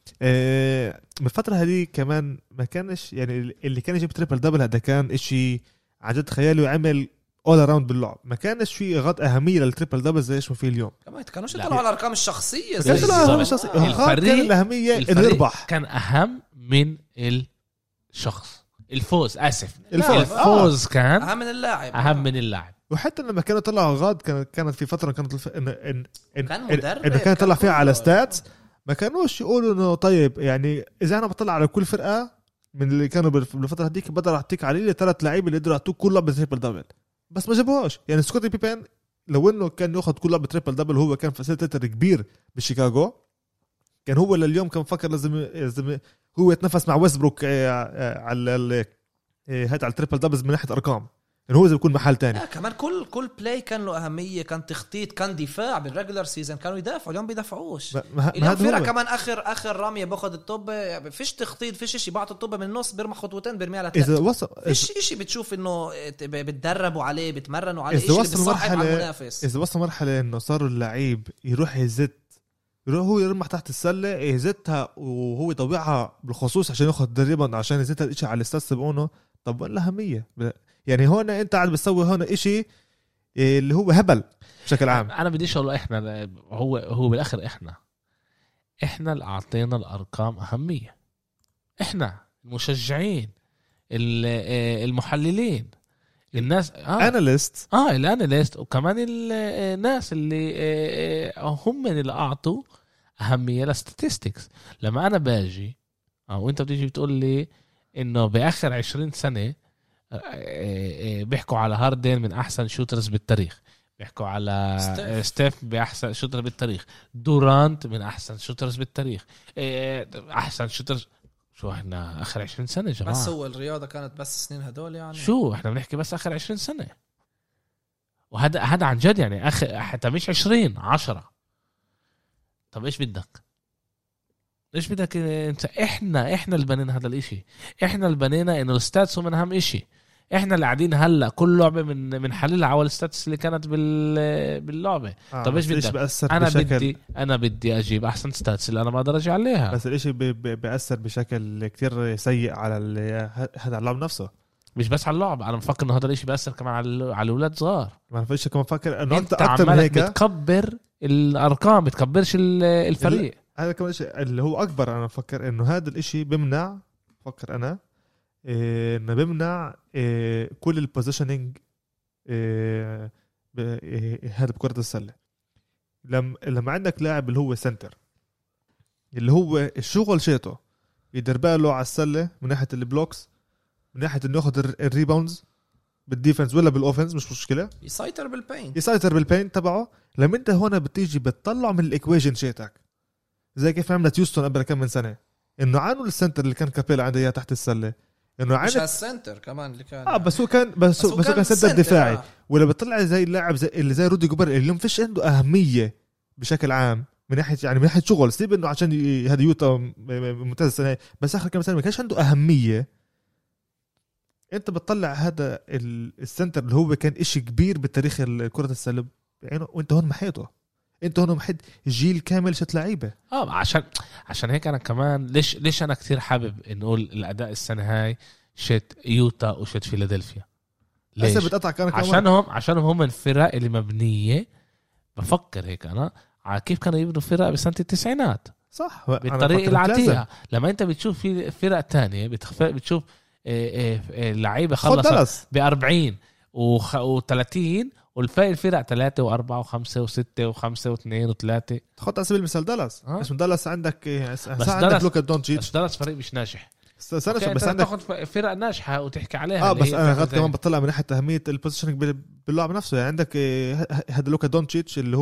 Speaker 2: بالفترة هذه كمان ما كانش يعني اللي كان يجيب تريبل دبل هذا كان اشي عن جد خيالي وعمل اول اراوند باللعب. ما كانش في غط اهميه للتريبل دبل زي ايش ما في اليوم.
Speaker 3: كمان كانوش يطلعوا على الارقام الشخصيه
Speaker 2: زي الفريق. الاهميه نربح
Speaker 1: كان اهم من الشخص. الفوز الفوز كان
Speaker 3: اهم من اللاعب.
Speaker 1: اهم من اللاعب.
Speaker 2: وحتى لما كانوا طلعوا غاد كانت في فتره كانت
Speaker 3: كان مدرب
Speaker 2: انه كان يطلع فيها على ستاتس. ما كانوش يقولوا انه طيب يعني اذا انا بطلع على كل فرقه من اللي كانوا بالفتره هذيك بقدر اعطيك عليه 3 لاعبين اللي قدروا يعطوك كل لعبه تريبل دبل، بس ما جابوهاش. يعني سكوتي بيبين لو انه كان ياخذ كل لعبه تريبل دبل هو كان فاسيليتيتر كبير بشيكاغو، كان هو لليوم كان فكر لازم هو يتنافس مع ويستبروك على هذا على التريبل دبلز من ناحيه ارقام، انه هو زي يكون محل تاني.
Speaker 3: كمان كل بلاي كان له اهميه، كان تخطيط، كان دفاع. بالريجولار سيزون كانوا يدافعوا، اليوم بيدافعوش. اليوم فرقه كمان اخر راميه باخذ الطب، فيش تخطيط، فيش شيء، بعط الطب من النص بيرمى خطوتين بيرمي على 3.
Speaker 2: اذا وصل
Speaker 3: فيش شيء بتشوف انه بتدربوا عليه، بتمرنوا عليه، شيء اللي بيصعب على المنافس.
Speaker 2: اذا وصل مرحله انه صاروا اللعيب يروح يزت، يروح هو يرمح تحت السله يزتها وهو يطوعها بالخصوص عشان ياخذ الريباوند عشان يزتها الاشي على الاستاذ تبعونه. طب وين الاهميه؟ يعني هون انت قاعد بتسوي هون اشي اللي هو هبل بشكل عام.
Speaker 1: انا بديش اقول احنا، هو بالاخر احنا اللي اعطينا الارقام اهميه. احنا المشجعين، المحللين، الناس
Speaker 2: اناليست
Speaker 1: الاناليست، وكمان الناس اللي هم اللي اعطوا اهميه للستاتستكس. لما انا باجي وانت بتيجي بتقول لي انه باخر 20 سنه بيحكوا على هاردن من احسن شوترز بالتاريخ، بيحكوا على ستيف باحسن شوتر بالتاريخ، دورانت من احسن شوترز بالتاريخ، احسن شوترز. شو احنا اخر 20 سنه يا جماعه؟
Speaker 3: بس هو الرياضه كانت بس سنين هدول يعني.
Speaker 1: شو احنا بنحكي بس اخر 20 سنه، وهذا عن جد يعني حتى مش 20 10. طب ايش بدك انت؟ احنا اللي بنينا هذا الاشي، احنا اللي بنينا انه الستاتس هو من اهم اشي. احنا اللي قاعدين هلا كل لعبه من حللها على الستاتس اللي كانت باللعبه. طب ايش بدك؟ انا بدي اجيب احسن ستاتس اللي انا بقدر اجي عليها.
Speaker 2: بس الاشي بيأثر بشكل كتير سيء على هذا اللعب نفسه.
Speaker 1: مش بس على اللعب، انا بفكر انه هذا الاشي بيأثر كمان على الاولاد صغار.
Speaker 2: ما فيش كمان بفكر انه
Speaker 1: انت اكتر من هيك بتكبر الارقام، بتكبرش الفريق.
Speaker 2: هذا كمان شيء اللي هو اكبر. انا بفكر انه هذا الاشي بمنع، بفكر انا انه بمنع كل البوزيشننج هذا بكرة السلة. لما عندك لاعب اللي هو سنتر اللي هو الشغل شيته يدير باله على السلة من ناحية البلوكس، من ناحية انه ياخد الريباوندز بالديفنس ولا بالاوفنس، مش مشكلة،
Speaker 3: يسيطر
Speaker 2: بالبين تبعه. لما انت هنا بتيجي بتطلع من الايكويشن شيتك زي كيف عملت يوستون قبل كم من سنة، انه عنده السنتر اللي كان كابيلا عنده اياه تحت السلة، انه
Speaker 3: مش السنتر كمان اللي كان
Speaker 2: بس هو كان سنتر دفاعي. ولا بتطلع زي اللاعب زي رودي جوبر اللي مفيش عنده أهمية بشكل عام من ناحية يعني من ناحية شغل، سيب انه عشان هذا يوتا ممتاز السنة، بس اخر كم سنة ما كانش عنده أهمية. انت بتطلع هذا السنتر اللي هو كان اشي كبير بالتاريخ كرة السلة يعني، وانت هون محيطه، انت هون محيط جيل كامل شت لعيبة.
Speaker 1: عشان هيك انا كمان ليش انا كتير حابب نقول الاداء السنة هاي شت يوتا وشت فيلادلفيا. ليش؟ عشانهم هم الفرق اللي مبنية، بفكر هيك انا على كيف كانوا يبنوا فرق بسنة التسعينات،
Speaker 2: صح،
Speaker 1: بالطريقة العتيقة. لما انت بتشوف في فرق تانية بتشوف اللعيبة خلص ب40 و30 والفرق الفرق 3 و4 و5 و6 و5 و2 و3.
Speaker 2: تاخد على سبيل المثال دالاس. اسم دالاس عندك عندك لوكا دونتشيتش.
Speaker 1: بس دالاس فريق مش ناجح.
Speaker 2: بس عندك
Speaker 1: تاخد فرق ناجحة وتحكي عليها.
Speaker 2: بس انا غلط كمان بطلع من ناحية أهمية البوزيشننج باللعب نفسه. يعني عندك هذا لوكا دونتشيتش اللي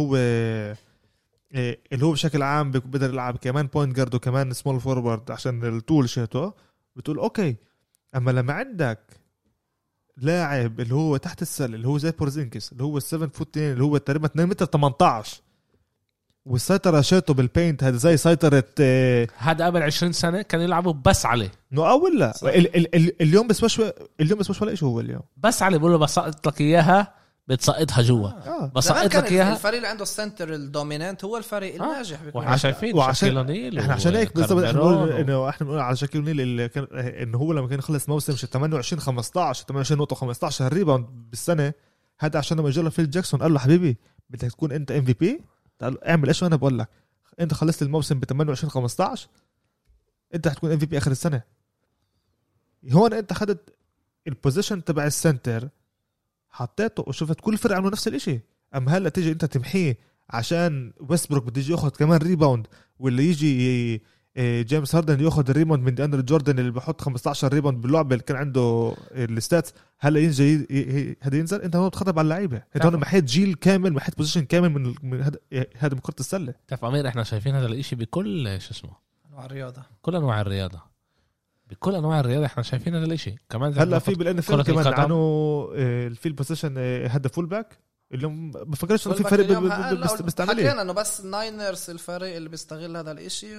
Speaker 2: هو بشكل عام بيقدر يلعب كمان بوينت جارد وكمان سمول فورورد عشان الطول شيته. بتقول اوكي، اما لما عندك لاعب اللي هو تحت السله اللي هو زي بورزينكس اللي هو 7 فوت اللي هو تقريبا 2 متر 18 والسيطرة شاته بالبينت هذا زي سيطرة
Speaker 1: هذا قبل 20 سنة كانوا يلعبوا بس عليه
Speaker 2: ولا اليوم بس ولا إيش هو اليوم
Speaker 1: بس عليه بقول له بسقط لك إياها بتسقطها جوا بسقط لك إياها.
Speaker 3: الفريق اللي عنده السنتر الدومينانت هو الفريق الناجح.
Speaker 2: عشان هيك بالضبط احنا بنقول على شاكيل أونيل اللي كان انه هو لما كان يخلص موسم 28 15 28 نقطة 15 ريباوند بالسنة، هذا عشان لما جاله فيل جاكسون قال له حبيبي بدك تكون انت MVP، اعمل ايش وانا بقول لك، انت خلصت الموسم ب 28 15 انت هتكون MVP اخر السنة. هون انت خدت البوزيشن تبع السنتر حطيته وشفت كل فرق عملوا نفس الاشي. اما هلا تيجي انت تمحيه عشان ويستبروك بده يجي ياخذ كمان ريباوند، ولا يجي جيمس هاردن ياخذ الريباوند من دي جوردن اللي بحط 15 ريباوند باللعبه اللي كان عنده الستاتس، هلا ينزل هذا ينزل. انت هون بتخرب على اللعيبه، انت هون محيط جيل كامل، محيط بوزيشن كامل من هذا من كره السله.
Speaker 1: تعرف امير احنا شايفين هذا الاشي بكل
Speaker 3: انواع الرياضه،
Speaker 1: كل انواع الرياضه، بكل انواع الرياضه احنا شايفين هذا الاشي. كمان
Speaker 2: هلا في بالNFL كمان عنو الفيل بوزيشن هذا فول باك اليوم بفكرش انه في فريق بيستعمل
Speaker 3: حكينا انه بس الناينرز الفريق اللي بيستغل هذا الاشي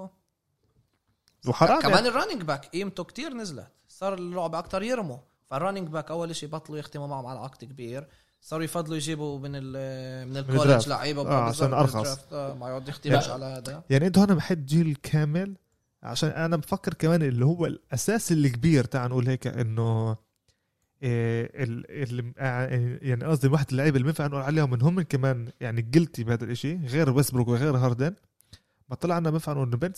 Speaker 2: وحرام
Speaker 3: كمان يعني. الرانينج باك قيمته كتير نزلت، صار اللعبة اكتر يرموا، فالرانينج باك اول اشي بطلوا يختموا معهم على عقد كبير، صاروا يفضلوا يجيبوا من الكولج لعيبه
Speaker 2: عشان ارخص
Speaker 3: ما يقعد يختمش على هذا.
Speaker 2: يعني انتوا هنا بحد جيل كامل، عشان انا بفكر كمان اللي هو الاساس الكبير تعال نقول هيك انه يعني قصدي واحد اللعيبه اللي بنفع نقول عليهم من هم كمان يعني قلتي بهذا الاشي غير ويستبروك وغير هاردن. بطلعنا بنفع نقول بن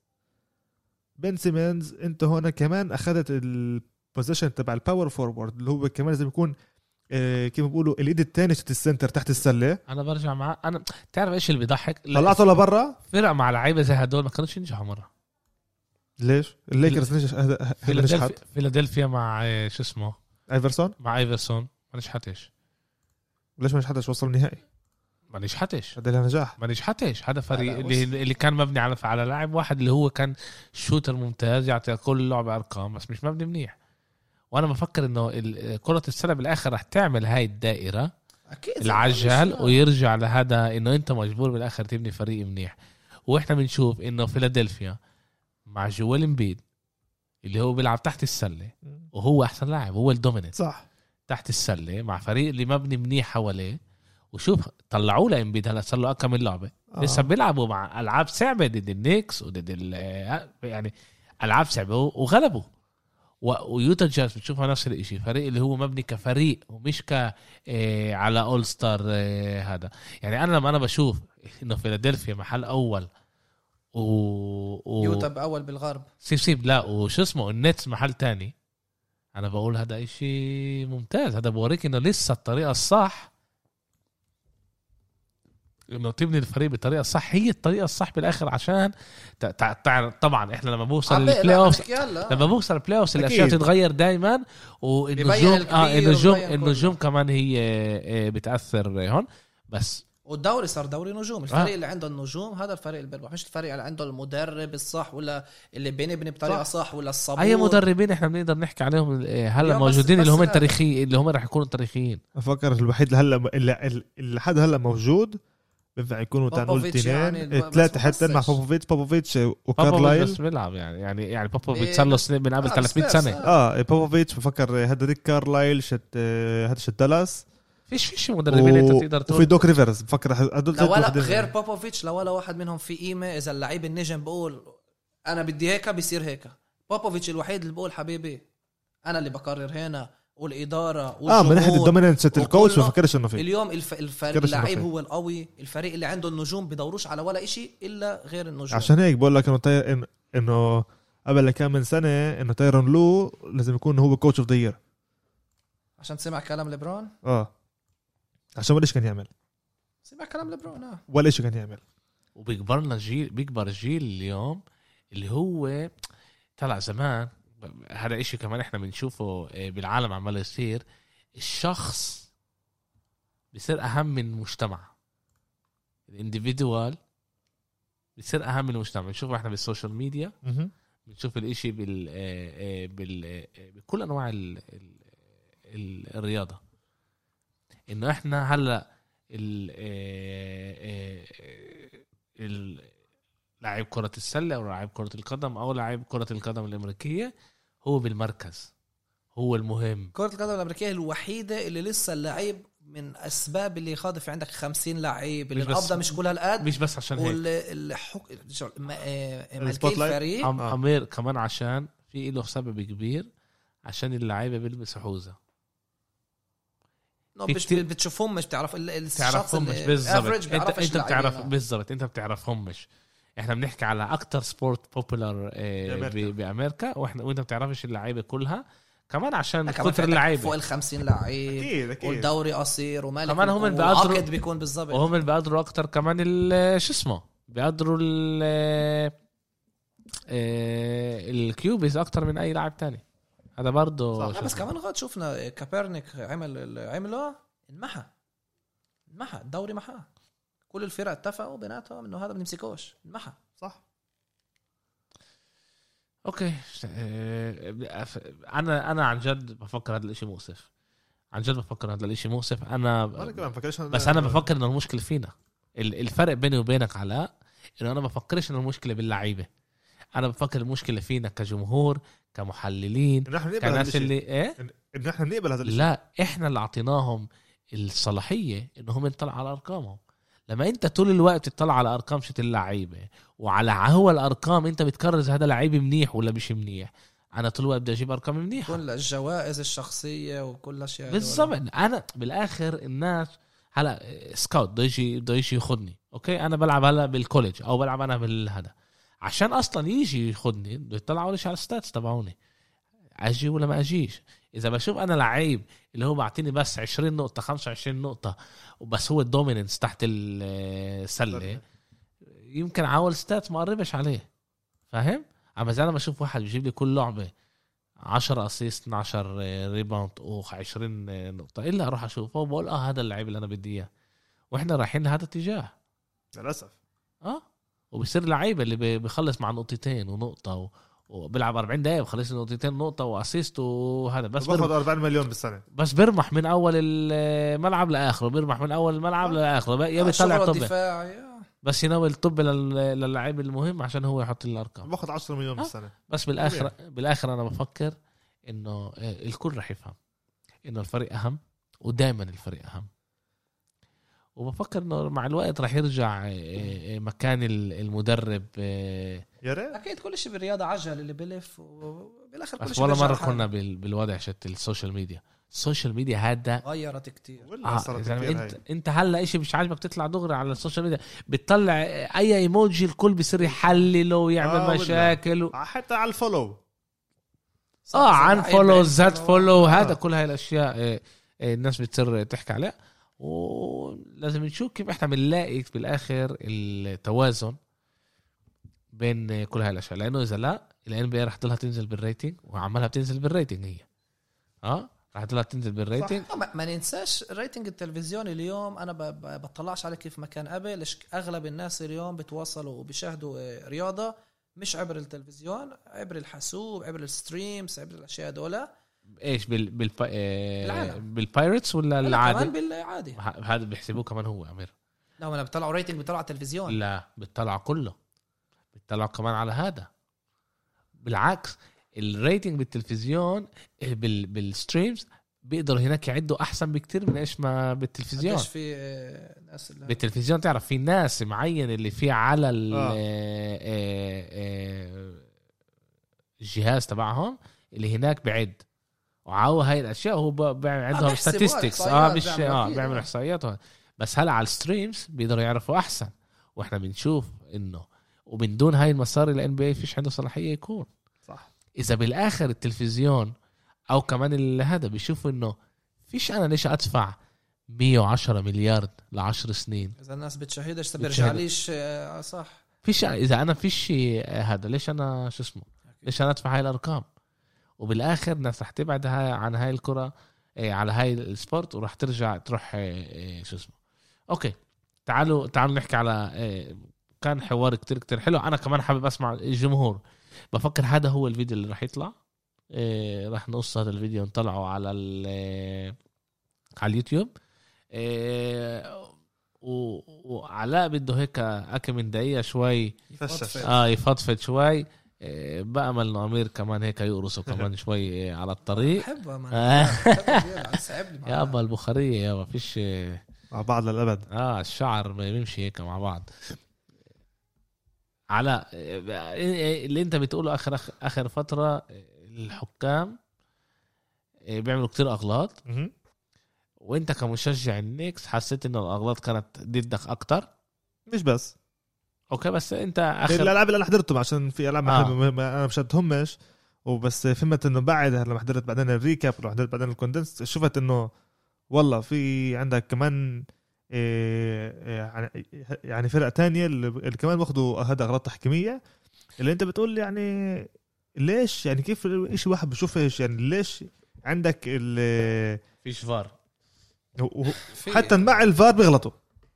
Speaker 2: سيمنز انت هنا كمان اخذت البوزيشن تبع الباور فورورد اللي هو كمان زي بيكون كيف بيقولوا الايد الثانيه تحت السنتر تحت السله.
Speaker 1: انا برجع معه. انا تعرف ايش اللي بيضحك؟
Speaker 2: طلعته لبرا
Speaker 1: فرق مع لعيبه زي هدول ما كانوش ينجحوا مره.
Speaker 2: ليش الليكرز نجح
Speaker 1: فيلادلفيا مع شو اسمه
Speaker 2: ايفرسون
Speaker 1: ما نجحتش.
Speaker 2: ليش ما نجحتش؟ وصل النهائي
Speaker 1: ما نجحتش.
Speaker 2: هذا نجاح
Speaker 1: ما نجحتش. هذا فريق اللي كان مبني على لاعب واحد اللي هو كان شوتر ممتاز يعطي كل لعبة أرقام بس مش مبني منيح. وأنا بفكر إنه كرة السلة بالآخر رح تعمل هاي الدائرة العجل ويرجع لهذا إنه أنت مجبور بالآخر تبني فريق منيح. وإحنا بنشوف إنه فيلادلفيا مع جويل امبيد اللي هو بيلعب تحت السلة وهو أحسن لاعب، هو الدوميننت
Speaker 2: صح
Speaker 1: تحت السلة مع فريق اللي مبني منيح حواليه. وشوف طلعوا له امبيد هلا صار له أكم من لعبة لسه بيلعبوا مع ألعاب صعبة ضد النيكس وضد يعني ألعاب صعبة وغلبوا. ويوتا جاز بتشوفها نفس الاشي، فريق اللي هو مبني كفريق ومش على اول ستار. هذا يعني انا لما انا بشوف انه فيلادلفيا محل اول
Speaker 3: يوتا باول بالغرب
Speaker 1: سيب لا وشو اسمه النتس محل تاني، انا بقول هذا اشي ممتاز. هذا بوريك انه لسه الطريقة الصح انه تبني الفريق بالطريقه الصح، هي الطريقه الصح بالاخر عشان طبعا احنا لما بوصل للبلاي اوف الاشياء تتغير دائما، والنجوم كمان هي بتاثر هون. بس
Speaker 3: والدوري صار دوري نجوم، الفريق اللي عنده النجوم هذا الفريق اللي بيربح، مش الفريق اللي عنده المدرب الصح ولا اللي بيني بطريقه صح ولا الصبور.
Speaker 1: اي مدربين احنا بنقدر نحكي عليهم هلا موجودين اللي هم التاريخيين اللي هم راح يكونوا تاريخيين.
Speaker 2: افكر الوحيد اللي لحد هلا موجود بينفع يكونوا تنقول اثنين ثلاثة حتى مع بوبوفيتش وكارلايل
Speaker 1: بس بيلعب يعني بوبوفيتش صار له سنين من قبل 300 سنة.
Speaker 2: بوبوفيتش بفكر هذا ديك كارلايل هذا دالاس
Speaker 1: فيش مدربين انت تقدر تقول.
Speaker 2: وفي دوك ريفرز بفكر هدول
Speaker 3: ولا غير بوبوفيتش ولا واحد منهم في قيمة. إذا اللعيب النجم بقول أنا بدي هيك بيصير هيك. بوبوفيتش الوحيد اللي بقول حبيبي أنا اللي بقرر هنا، والإدارة
Speaker 2: من ناحية الدوميننس الكوتش ما فكرش إنه في
Speaker 3: اليوم الفريق اللعيب هو القوي، الفريق اللي عنده النجوم بدوروش على ولا إشي إلا غير النجوم.
Speaker 2: عشان هيك بقول لك إنه قبل كم من سنة إنه تايرون لو لازم يكون هو كوتش اوف ذا يير
Speaker 3: عشان تسمع كلام ليبرون.
Speaker 2: عشان ولا إيش كان يعمل،
Speaker 3: سمع كلام ليبرون
Speaker 2: ولا إيش كان يعمل.
Speaker 1: بيكبر الجيل اليوم اللي هو طلع زمان. هذا إشي كمان إحنا بنشوفه بالعالم عمال يصير، الشخص بيصير أهم من المجتمع، الانديفيدوال بيصير أهم من المجتمع. بنشوفه إحنا بالسوشيال ميديا، بنشوف الإشي بكل أنواع الرياضة، إنه إحنا هلا لاعب كرة السلة أو لاعب كرة القدم أو لاعب كرة القدم الأمريكية هو بالمركز، هو المهم.
Speaker 3: كرة القدم الأمريكية الوحيدة اللي لسه اللعيب من أسباب اللي خاض في عندك 50 لعيب اللي القبضة مش كل هالقد،
Speaker 1: مش بس عشان هيك
Speaker 3: الفريق
Speaker 1: أمير كمان عشان في له سبب كبير، عشان اللعيبة بيلبسوا حوزة
Speaker 3: بتشوفهم مش بتعرف الشخص
Speaker 1: بالضبط. انت بتعرف بالضبط، انت بتعرفهم مش. احنا بنحكي على اكتر سبورت بوبولار بامريكا وانت بتعرفش اللعيبه كلها كمان عشان كثر اللعيبه
Speaker 3: فوق 50 لعيب والدوري قصير ومالك
Speaker 1: كمان هم اللي بيقدروا
Speaker 3: بيكون بالضبط،
Speaker 1: وهم اللي بيقدروا اكتر كمان شو اسمه بيقدروا الكيوبيز اكتر من اي لاعب تاني. هذا برضه
Speaker 3: بس كمان غاد شفنا كابرنيك عمله المحا الدوري محا، كل الفرق اتفقوا بيناتهم انه هذا بنمسكوش المحا صح.
Speaker 1: اوكي انا عن جد بفكر هذا الاشي مؤسف، عن جد بفكر هذا الاشي مؤسف. بس انا بفكر انه المشكله فينا. الفرق بيني وبينك علاء انه انا بفكرش انه المشكله باللعيبه، انا بفكر المشكله فينا كجمهور كمحللين كناس اللي
Speaker 2: إن احنا نقبل هذا الشيء.
Speaker 1: لا احنا اللي اعطيناهم الصلاحيه انهم يطلعوا على ارقامهم. لما انت طول الوقت تطلع على ارقام شت اللعيبه وعلى هو الارقام انت بتكرز هذا لعيب منيح ولا مش منيح، انا طول الوقت بدي اجيب ارقام منيحه،
Speaker 3: كل الجوائز الشخصيه وكل شيء
Speaker 1: بالضبط. انا بالاخر الناس هلا سكاوت بده يجي ياخذني، اوكي انا بلعب هلا بالكوليج او بلعب انا بالهذا، عشان اصلا يجي ياخذني بده يطلع اول شيء على الستاتس تبعوني، اجي ولا ما اجيش. اذا بشوف انا لعيب اللي هو بعطيني بس 20 نقطه 25 نقطه وبس هو الدوميننس تحت السله، يمكن عاول ستات ما قربش عليه، فاهم؟ اما اذا انا بشوف واحد بيجيب لي كل لعبه 10 اسيست 12 ريباوند و20 نقطه الا اروح اشوفه وبقول هذا اللعيب اللي انا بدي اياه، واحنا رايحين لهذا الاتجاه
Speaker 2: للاسف.
Speaker 1: وبصير لعيبه اللي بيخلص مع نقطتين ونقطه وبيلعب 40 دقيقه وخلص نقطتين نقطه واسيست وهذا بس
Speaker 2: باخذ 40 مليون بالسنه،
Speaker 1: بس بيرمح من اول الملعب لاخره، بيرمح من اول الملعب لاخره، يا بيطلع طبه بس يناول طب للاعب المهم عشان هو يحط الارقام
Speaker 2: باخد 10 مليون بالسنه.
Speaker 1: بس بالاخر انا بفكر انه الكل رح يفهم انه الفريق اهم، ودائما الفريق اهم. وبفكر انه مع الوقت رح يرجع مكان المدرب.
Speaker 2: يا ريت.
Speaker 3: اكيد كل شيء بالرياضه عجل اللي بلف، وبالاخر كل
Speaker 1: بس
Speaker 3: شيء
Speaker 1: ولا مره كنا بالوضع شت السوشيال ميديا هذا
Speaker 3: غيرت كتير.
Speaker 1: انت هلا إشي مش عاجبك تطلع دغري على السوشيال ميديا بتطلع اي ايموجي الكل بيصير يحلله ويعمل مشاكل
Speaker 2: حتى على الفولو
Speaker 1: عن فولو زاد فولو هذا كل هاي الاشياء الناس بتصير تحكي عليها. ولازم نشوف كيف احنا بنلاقي بالاخر التوازن بين كل هاي الاشياء، لانه اذا لا الان بي رح تضلها تنزل بالريتنج، وعمالها بتنزل بالريتنج هي رح تضلها تنزل بالريتنج.
Speaker 3: ما ننساش الريتنج التلفزيوني اليوم انا بطلعش عليه كيف ما كان قبل. اغلب الناس اليوم بتواصلوا وبيشاهدوا رياضه مش عبر التلفزيون، عبر الحاسوب، عبر الستريمز، عبر الاشياء دول.
Speaker 1: ايش بالبايرتس ولا العادي؟
Speaker 3: كمان بالعادي.
Speaker 1: هذا بيحسبوه كمان هو امير.
Speaker 3: لا انا بطلعوا ريتنج بطلع على التلفزيون.
Speaker 1: لا بتطلع كله، بتطلع كمان على هذا. بالعكس الريتنج بالتلفزيون بالستريمز بيقدروا هناك يعدوا احسن بكتير من ايش ما بالتلفزيون.
Speaker 3: ايش في ناس
Speaker 1: بالتلفزيون تعرف في ناس معين اللي في على الجهاز تبعهم اللي هناك بعد وعاو هاي الاشياء هو بيعمل عندهم statistics مش بيعمل احصائيات. بس هلا على الستريمز بيقدروا يعرفوا احسن، واحنا بنشوف انه ومن دون هاي المصاري الان بي فيش عنده صلاحيه يكون
Speaker 2: صح.
Speaker 1: اذا بالاخر التلفزيون او كمان هذا بيشوفوا انه فيش انا ليش ادفع 110 مليار ل10 سنين
Speaker 3: اذا الناس بتشاهدش بيرجع ليش صح.
Speaker 1: فيش اذا انا فيش هذا ليش انا شو اسمه ليش انا ادفع هاي الارقام؟ وبالاخر الناس رح تبعد عن هاي الكرة على هاي السبورت ورح ترجع تروح شو اسمه. اوكي تعالوا نحكي على كان حوار كتير حلو. انا كمان حابب اسمع الجمهور. بفكر هذا هو الفيديو اللي رح يطلع. رح نقص هذا الفيديو نطلعه على اليوتيوب. وعلاء بده هيك أكم من دقيقة شوي يفضفض شوي. بأمل إنه أمير كمان هيك يقرصه كمان شوي على الطريق. يا أبا البخارية يا ما فيش
Speaker 2: مع بعض للأبد.
Speaker 1: الشعر ما يمشي هيك مع بعض. على اللي انت بتقوله اخر فترة الحكام بيعملوا كتير اغلاط، وانت كمشجع النيكس حسيت انه الاغلاط كانت ضدك اكتر.
Speaker 2: مش بس
Speaker 1: اوكي بس انت اخر
Speaker 2: الالعاب اللي انا حضرتهم عشان في العاب انا مش هتهمش وبس فهمت انه بعد لما حضرت بعدين الريكاب وحضرت بعدين الكوندنس شفت انه والله في عندك كمان يعني فرق تانية اللي كمان واخدوا هذا أغلاط تحكيمية اللي انت بتقول يعني ليش يعني كيف ايش واحد بشوفش يعني ليش عندك
Speaker 1: فيش فار
Speaker 2: حتى مع الفار بيغلطوا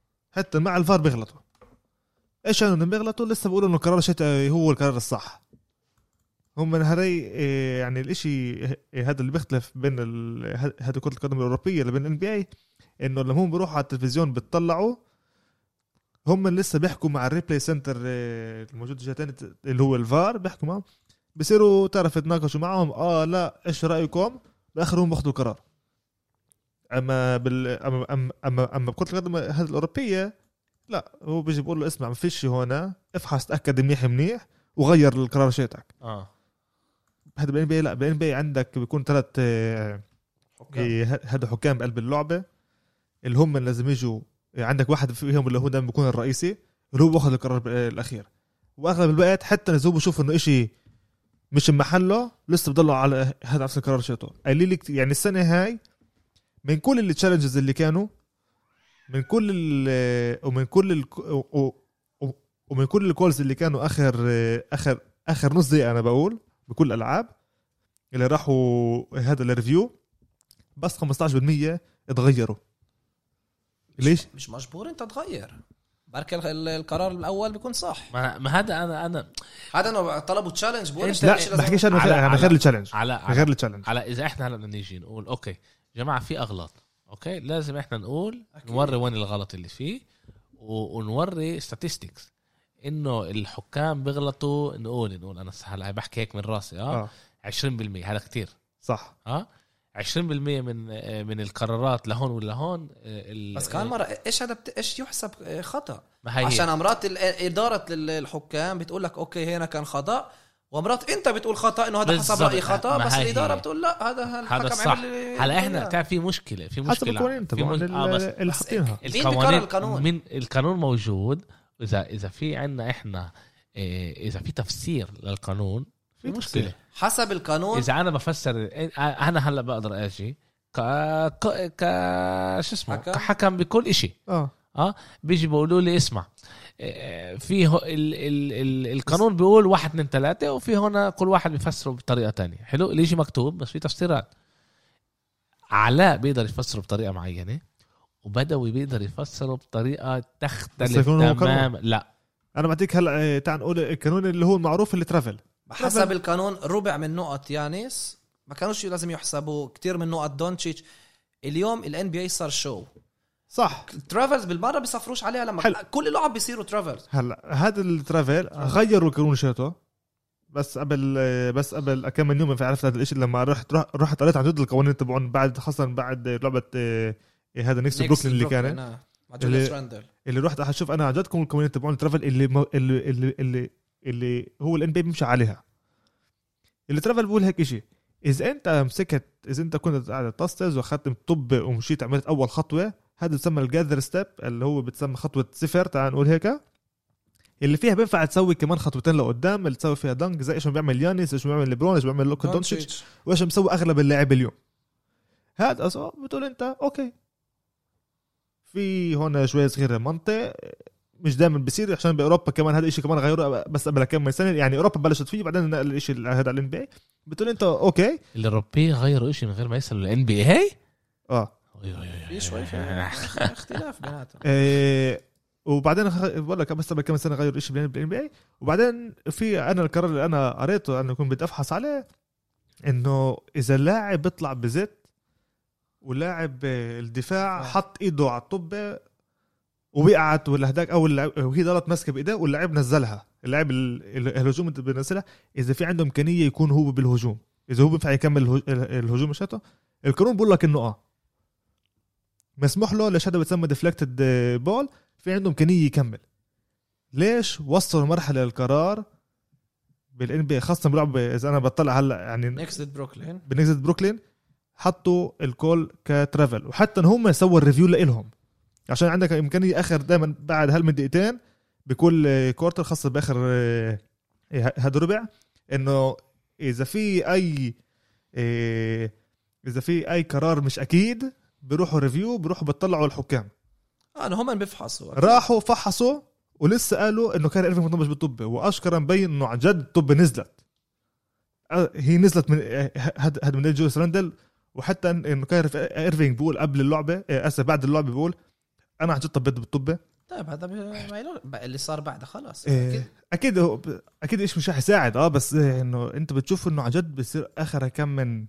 Speaker 2: ايش انه بيغلطوا لسه بيقولوا انه قرار شتى هو القرار الصح. هم من هري يعني الاشي هذا اللي بيختلف بين هذا كرة القدم الأوروبية اللي بين NBA انه لما هم بيروحوا على التلفزيون بتطلعوا هم لسه بيحكوا مع الريبلاي سنتر الموجود جهتين اللي هو الفار بيحكوا معهم بيصيروا تعرف يتناقشوا معهم لا ايش رأيكم باخر هم باخذوا قرار. اما اما بكرة القدم هذه الأوروبية لا هو بيجي بيقول له اسمع ما فيش هنا افحص تأكد منيح وغير القرار شيتك. هذا بالان بي لا بالان بي عندك بيكون 3 هذا حكام بقلب اللعبة اللي هم لازم يجوا عندك واحد فيهم اللي هو دائما بيكون الرئيسي اللي هو بياخذ القرار الأخير. واغلب الوقت حتى إذا هو بشوف انه إشي مش محله لسه بضلوا على هذا نفس القرار شيته. قال لي يعني السنة هاي من كل التشالنجز اللي كانوا من كل الكولز اللي كانوا اخر نص دقيقة انا بقول بكل الالعاب اللي راحوا هذا الريفيو بس 15% اتغيروا. ليش
Speaker 3: مش مجبور انت تغير بركة القرار الاول بيكون صح.
Speaker 1: ما هذا انا
Speaker 3: هذا انه طلبوا تشالنج بقولش
Speaker 2: لا بحكيش انا غير التشالنج
Speaker 1: غير التشالنج على اذا احنا هلا نيجي نقول اوكي جماعة في اغلاط اوكي لازم احنا نقول نوري وين الغلط اللي فيه ونوري statistics انه الحكام بيغلطوا. نقول انا هلا بحكي هيك من راسي 20% هذا كتير
Speaker 2: صح.
Speaker 1: 20% من القرارات لهون ولا هون.
Speaker 3: بس كمان مرة ايش هذا ايش يحسب خطأ؟
Speaker 1: عشان
Speaker 3: هي. امرات إدارة الحكام بتقول لك اوكي هنا كان خطأ، وامرات انت بتقول خطأ انه هذا حسب رأيي خطأ، بس الإدارة بتقول لا هذا الحكم عمل.
Speaker 1: هلا احنا تعرف في مشكلة
Speaker 2: اللي حاطينها
Speaker 1: من القانون موجود. اذا في عنا احنا اذا في تفسير للقانون في مشكلة
Speaker 3: حسب القانون.
Speaker 1: اذا انا بفسر انا هلا بقدر اجي شو اسمه كحكم بكل اشي بيجي بيقولوا لي اسمع فيه القانون بيقول 1 2 3 وفي هنا كل واحد بيفسره بطريقة تانية. حلو الاشي مكتوب بس في تفسيرات. علاء بيقدر يفسره بطريقة معينة وبدوي بيقدر يفسره بطريقة تختلف تماما. لا
Speaker 2: انا بعطيك هلا تعال نقول القانون اللي هو المعروف اللي ترافل.
Speaker 3: حسب القانون ربع من نقط يانيس ما كانوش لازم يحسبوا كتير من نقط دونتشيتش. اليوم ال NBA صار شو
Speaker 2: صح.
Speaker 3: ترافلز بالمرة بيصفروش عليها لما كل اللعب بيصيروا ترافلز.
Speaker 2: هلا هذا الترافل غيروا القانون شاتو بس قبل كم من يوم عرفت هذا الاشي لما رحت قريت عن جد القوانين تبعون بعد خاصة بعد لعبة هذا نيكس بروكلين اللي كان اللي رحت اشوف انا عن جدكم القوانين تبعون الترافل اللي هو ال NBA بيمشي عليها. اللي ترافل بقول هيك إشي إذا أنت كنت قاعد تصتز وأخذت طب ومشيت عملت أول خطوة هذا يسمى الجاذر ستيب اللي هو بتسمى خطوة 0 تعال نقول هيك اللي فيها بينفع تسوي كمان خطوتين لقدام اللي تسوي فيها دنك زي إيش بيعمل يانيس إيش بيعمل ليبرون إيش بيعمل لوكا دونتشيتش وإيش مسوي أغلب اللاعب اليوم. هذا بتقول أنت أوكي في هنا شوية صغيرة منطق مش دائما بيصير عشان بأوروبا كمان هذا الشيء كمان غيروه بس قبل كم سنة يعني أوروبا بلشت فيه بعدين نقل الشيء هذا على NBA بتقول أنت أوكي
Speaker 1: الأوروبي غيروا إشي من غير ما يصلوا ال NBA
Speaker 3: في شوي اختلاف بيناتهم.
Speaker 2: وبعدين بقول لك بس قبل كم سنة غيروا إشي بال NBA وبعدين في أنا القرار اللي أنا قريته أنا كنت بدي أفحص عليه إنه إذا اللاعب بيطلع بزت ولاعب الدفاع حط إيده على الطبة ووقعت ولا هداك او وهي ضلت ماسكه بايده واللاعب نزلها اللاعب الهجوم بنزلها اذا في عنده امكانيه يكون هو بالهجوم اذا هو بينفع يكمل الهجوم مشاته القانون بقول لك انه مسموح له ليش هذا بتسمى ديفلكتد بول في عنده امكانيه يكمل. ليش وصلوا مرحله القرار بالان بي خاصه بلعب اذا انا بطلع هلا يعني نكست بروكلين حطوا الكول كترافل وحتى هم سووا الريفيو لهم عشان عندك إمكانية آخر دائما بعد هل من دقيقتين بكل كورتر خاصة بآخر هذا ربع إنه إذا في أي قرار مش أكيد بيروحوا ريفيو بيروحوا بيطلعوا الحكام
Speaker 3: هم بيفحصوا
Speaker 2: راحوا فحصوا ولسه قالوا إنه كان إيرفينج مطبش بالطب وأشكرا مبين إنه عن جد الطب نزلت هي نزلت من هذا من جوليوس راندل وحتى إنه كان إيرفينج بيقول قبل اللعبة بعد اللعبة بيقول انا عن جد طبيت بالطبه.
Speaker 3: طيب هذا اللي صار بعده خلاص
Speaker 2: اكيد ايش مش هيساعد بس انه انت بتشوف انه عن جد بيصير اخر كم من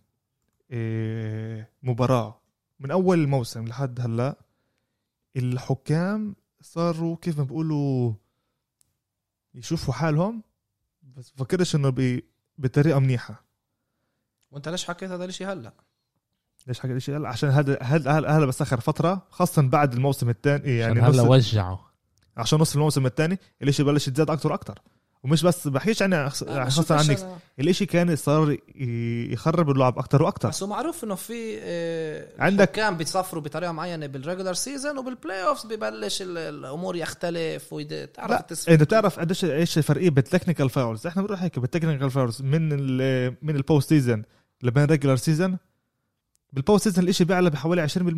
Speaker 2: مباراه من اول الموسم لحد هلا الحكام صاروا كيف ما بيقولوا يشوفوا حالهم بس فكرش انه بطريقه منيحه.
Speaker 3: وانت ليش حكيت هذا الشيء هلا؟
Speaker 2: ليش حكيت الشيء هلا؟ عشان هذا بس اخر فتره خاصه بعد الموسم الثاني يعني
Speaker 1: هلا وجعوا
Speaker 2: عشان نص الموسم الثاني الاشي بلش يتزاد اكتر ومش بس بحكيش عني خاصه عنك الاشي كان صار يخرب اللعب اكتر واكتر.
Speaker 3: بس هو معروف انه في عندك كان بيتصفروا بطريقه معينه بالريجولار سيزون وبالبلاي اوفز ببلش الامور يختلف وتعرف
Speaker 2: التسفير. انت بتعرف قديش ايش الفرق بالتكنيكال فاولز. احنا بنروح هيك بالتكنيكال فاولز من البوست سيزون لبين ريجولار سيزون. بالبوست سيزون الاشي بيعلى بحوالي 20%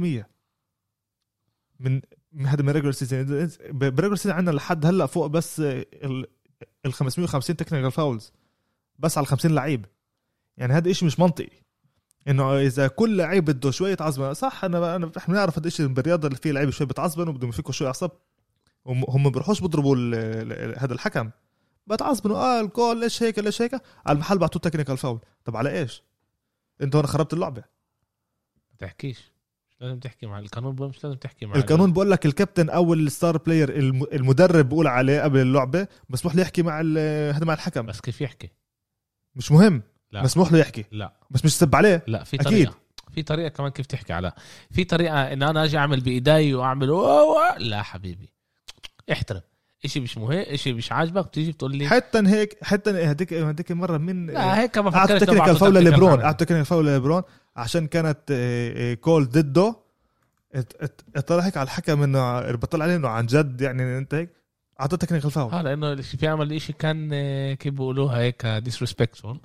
Speaker 2: من هذا من ريجولار سيزون. بريجولار سيزون عندنا لحد هلا فوق بس ال 550 تكنيكال فاولز بس على 50 لعيب. يعني هذا إشي مش منطقي انه اذا كل لعيب بده شويه عصبه صح. احنا بنعرف هذا الشيء بالرياضه اللي فيه لعيب شويه بتعصبن وبدهم يفكوا شويه عصب هم بيروحوش بيضربوا هذا الحكم بتعصبنوا الجول ليش هيك على المحل بعطوه تكنيكال فاول. طب على ايش؟ انت هون خربت اللعبه.
Speaker 1: تحكيش لازم تحكي مع القانون، مش لازم تحكي مع
Speaker 2: القانون بقول لك الكابتن او الستار بلاير المدرب بقول عليه قبل اللعبه مسموح له يحكي مع هذا مع الحكم.
Speaker 1: بس كيف يحكي
Speaker 2: مش مهم.
Speaker 1: لا.
Speaker 2: مسموح له يحكي.
Speaker 1: لا
Speaker 2: بس مش سب عليه.
Speaker 1: لا في طريقه أكيد. في طريقه كمان كيف تحكي على في طريقه ان انا اجي اعمل بايدي واعمل لا حبيبي احترم. اشي مش مهم، اشي مش عاجبك بتيجي بتقول لي
Speaker 2: حتى هديك مره من
Speaker 1: لا هيك ما
Speaker 2: فكرتش تكنيكال فاول ليبرون. تكنيكال فاول ليبرون عشان كانت كول ضده. اطلع هيك على الحكم انه بطلع عليه انه عن جد يعني انت هيك اعطى تكنيكال فاول.
Speaker 1: لانه في عمل اشي كان كيف بيقولوها هيك ديسريسبكتفول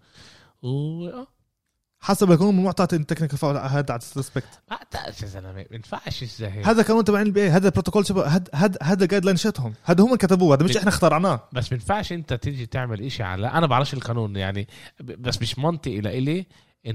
Speaker 2: حسب القانون ممنوع تعطي التكنيكال فاول هذا على ديسريسبكت.
Speaker 1: ما يا زلمه ما ينفعش ازاي
Speaker 2: هذا قانون تبع NBA. هذا بروتوكول شباب. هذا جايد لاين شتهم. هذا هم كتبوه. هذا مش احنا اخترعناه.
Speaker 1: بس ما ينفعش انت تيجي تعمل اشي على انا بعرفش القانون يعني بس مش منطقي لإلي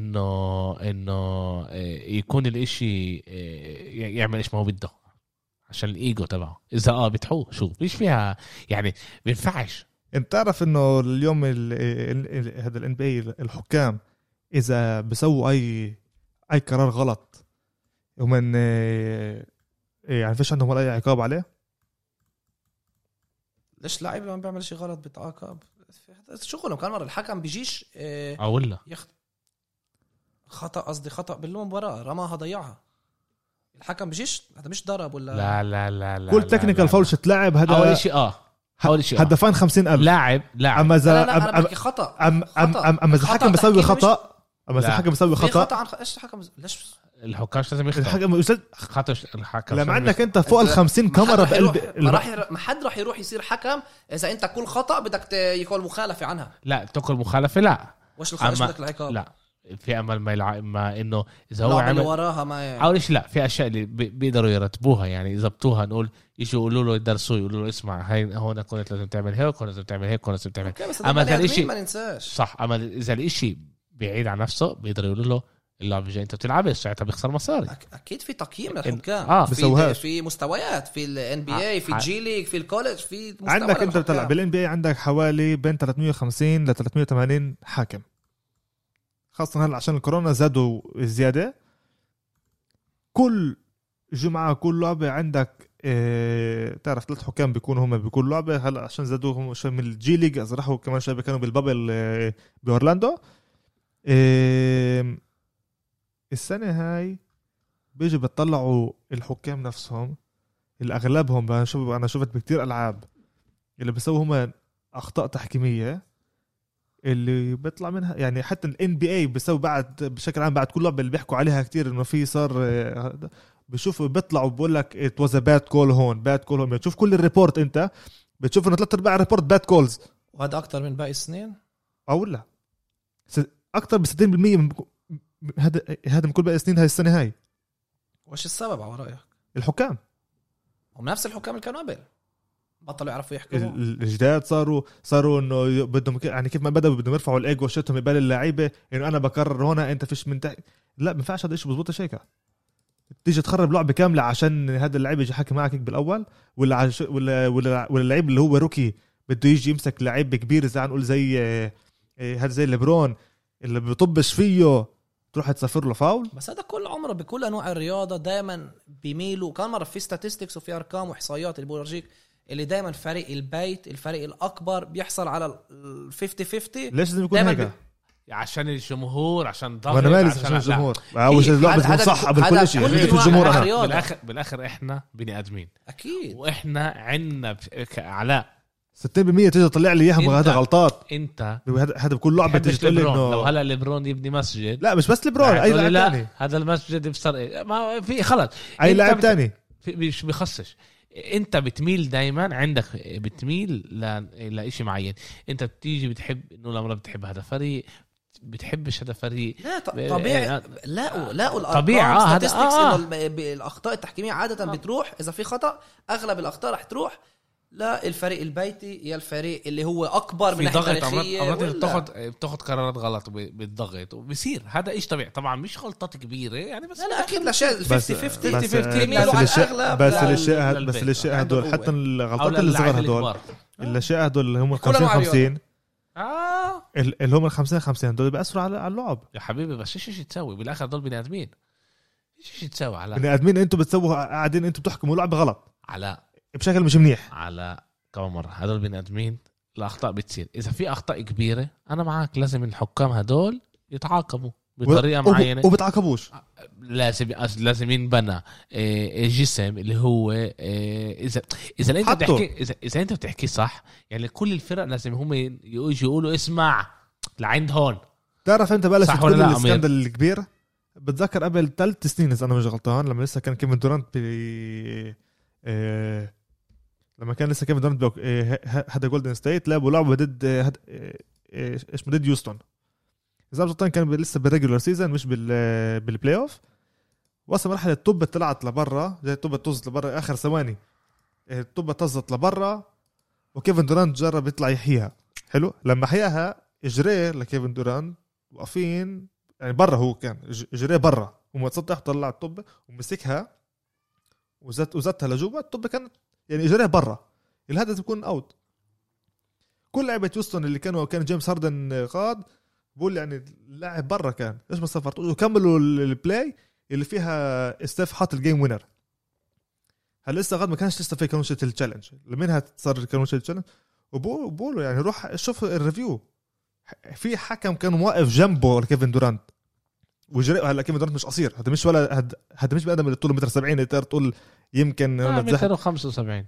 Speaker 1: انه يكون الاشي يعمل ايش ما هو بده عشان الايجو تبعه. اذا بتحوه شو فيش فيها يعني بينفعش.
Speaker 2: انت تعرف انه اليوم هذا الان بي الحكام اذا بسووا اي قرار غلط ومن يعني فيش عندهم ولا اي عقاب عليه.
Speaker 3: ليش لاعب ما بيعمل شيء غلط بتعاقب؟ شغله كان مره الحكم بيجيش
Speaker 1: ولا
Speaker 3: خطأ قصدي خطأ بالمباراة رماها ضيعها الحكم بيجيش هذا مش ضرب ولا
Speaker 1: لا لا لا لا
Speaker 2: كل تكنيكال فاول شتلاعب هذا
Speaker 1: اول شيء
Speaker 2: هذا فان 50,000
Speaker 1: لاعب
Speaker 2: اما اذا
Speaker 3: انا بحكي خطأ
Speaker 2: اما اذا الحكم بيسوي خطأ اما اذا الحكم بيسوي خطأ
Speaker 3: ايش الحكم ليش
Speaker 1: الحكام لازم يخطئ الحكم
Speaker 2: لما عندك انت فوق ال50 كاميرا
Speaker 3: بقلب ما حد راح يروح يصير حكم اذا انت كل خطأ بدك يكون مخالفه عنها.
Speaker 1: لا تاكل مخالفه لا
Speaker 3: وش بدك العقاب
Speaker 1: لا في امل ما انه اذا هو عمل
Speaker 3: وراها ما
Speaker 1: اولش لا في اشياء اللي بيقدروا يرتبوها يعني يضبطوها. نقول يجوا يقولوا له يدرسوا يقولوا له اسمع هاي هون كنت لازم تعمل هيك لازم تعمل هيك لازم تعمل
Speaker 3: اما اذا الشيء ما ننساش
Speaker 1: صح. اما اذا الاشي بعيد عن نفسه بيقدروا يقولوا له اللعبه الجايه انت بتلعبها ساعتها بيخسر مصاري.
Speaker 3: اكيد في تقييم للحكام
Speaker 2: في
Speaker 3: مستويات في الان بي اي في الجي ليج في الكوليدج في مستوى
Speaker 2: عندك انت بتلعب بالان بي اي عندك حوالي بين 350 ل 380 حاكم خاصة هلا عشان الكورونا زادوا زيادة. كل جمعة كل لعبة عندك تعرف 3 حكام بيكونوا هم بكل لعبة. هلا عشان زادوهم شوي من الجي ليج راحوا كمان شوي كانوا بالبابل بأورلاندو. السنة هاي بيجي بتطلعوا الحكام نفسهم اللي أغلبهم أنا شفت بكتير ألعاب اللي بيسووا هم أخطاء تحكيمية اللي بيطلع منها يعني حتى ال NBA بيسوي بعد بشكل عام بعد كل لعبة اللي بيحكوا عليها كتير إنه في صار بيشوفوا بيطلعوا بقول لك it was a bad call هون bad call هون. بتشوف كل الريبورت أنت بتشوف إنه 3/4 الريبورت bad calls
Speaker 3: وهذا أكتر من باقي السنين
Speaker 2: أو لا أكتر ب 60% من هذا من كل باقي السنين هاي السنة هاي.
Speaker 3: وش السبب على رأيك؟
Speaker 2: الحكام
Speaker 3: هم نفس الحكام اللي كانوا قبل بطلوا يعرفوا يحكوا.
Speaker 2: الجداد صاروا انه بدهم يعني كيف ما بدهم يرفعوا الايجو شتهم يبال اللعيبه انه انا بكرر هنا انت فيش من لا ما ينفعش هذا الشيء بزبط شيكا تيجي تخرب لعبه كامله عشان هذا اللعيب يجي يحكي معك بالاول ولا اللعيب اللي هو روكي بده يجي يمسك لعيب كبير زي نقول زي هذا زي ليبرون اللي بيطبش فيه تروح تصفر له فاول.
Speaker 3: بس هذا كل عمره بكل انواع الرياضه دائما بيميلوا. كان مره في statistics وفي ارقام واحصائيات اللي بورجيك اللي دايما فريق البيت الفريق الاكبر بيحصل على 50-50.
Speaker 2: ليش لازم يكون هيك؟
Speaker 1: عشان الجمهور عشان ضغط
Speaker 2: وانا مالي عشان الجمهور عاوز اللعبه تكون صح قبل كل شيء في الجمهور.
Speaker 1: بالاخر احنا بني ادمين
Speaker 3: اكيد
Speaker 1: واحنا عندنا علاء
Speaker 2: 60% تيجي تطلع لي اياهم هذا غلطات.
Speaker 1: انت
Speaker 2: هذا بكل لعبه تيجي تقول لي انه
Speaker 1: لو هلا ليبرون يبني مسجد
Speaker 2: لا مش بس ليبرون اي لاعب ثاني
Speaker 1: هذا المسجد بصير ما في خلص
Speaker 2: اي لاعب ثاني
Speaker 1: مش بيخصش. انت بتميل دايما عندك بتميل لإشي معين. انت بتيجي بتحب انه لما بتحب هذا فريق بتحبش هذا فريق
Speaker 3: لا طبيعي لا
Speaker 1: طبيعي
Speaker 3: الاخطاء التحكيميه عاده بتروح اذا في خطا اغلب الاخطاء رح تروح لا الفريق البيتي يا الفريق اللي هو اكبر من ناحيه تاريخيه
Speaker 1: بتاخذ قرارات غلط بالضغط وبصير هذا ايش طبيعي طبعا مش غلطات كبيره يعني بس
Speaker 3: لا اكيد الاشياء 50-50
Speaker 2: بس الاشياء هدول حتى الغلطات اللي صغار هدول الاشياء هدول اللي هم 50-50 اللي هم 50-50 هدول بيأثروا على اللعب
Speaker 1: يا حبيبي. بس ايش تسوي بالاخر دول بني ادمين ايش تسوي على
Speaker 2: بني ادمين انتوا بتسووا قاعدين انتوا بتحكموا لعبه غلط
Speaker 1: على
Speaker 2: بشكل مش منيح.
Speaker 1: على كمان مره هدول بني ادمين الاخطاء بتصير. اذا في اخطاء كبيره انا معك لازم الحكام هدول يتعاقبوا بطريقه معينه
Speaker 2: وبتعاقبوش.
Speaker 1: لازم ينبنى جسم اللي هو اذا انت بتحكي اذا انت بتحكي صح يعني كل الفرق لازم هم يقولوا اسمع لعند هون.
Speaker 2: تعرف انت بلشت كل الاسكندل الكبير بتذكر قبل 3 سنين اذا انا مش غلطان لما لسه كان كيفن دورانت لما كان لسه كيفن دورانت هذا جولدن ستيت لعبوا ضد اسمه ضد يوستون. إذا بجطان كان لسه بالريجولر سيزن مش بالبلاي اوف. وصل مرحلة الطبة طلعت لبرا زي الطبة طزت لبرا آخر ثواني الطبة طزت لبرا وكيفن دورانت جرب يطلع يحييها. حلو لما حياها اجريه لكيفن دورانت واقفين يعني برا هو كان اجريه برا ومتسطح طلع الطبة ومسكها وزتها لجوبة. الطبة كانت يعني اجريه برا الهدف يكون اوت. كل لعبة يوستون اللي كان جيمس هاردن قاد بقول يعني اللاعب برا كان ايش ما صفرت وكملوا البلاي اللي فيها ستيف حاط الجيم وينر. هل لسه غاد ما كانش لسه في كانوشة التشالنج لمنها صار كانوشة التشالنج وبقولوا يعني روح شوف الريفيو في حكم كان واقف جنبه كيفن دورانت وجري. هلا كيفن دورانت مش قصير هذا مش ولا هذا مش بادم اللي طوله 1.70 اللي تقول يمكن
Speaker 1: 1.75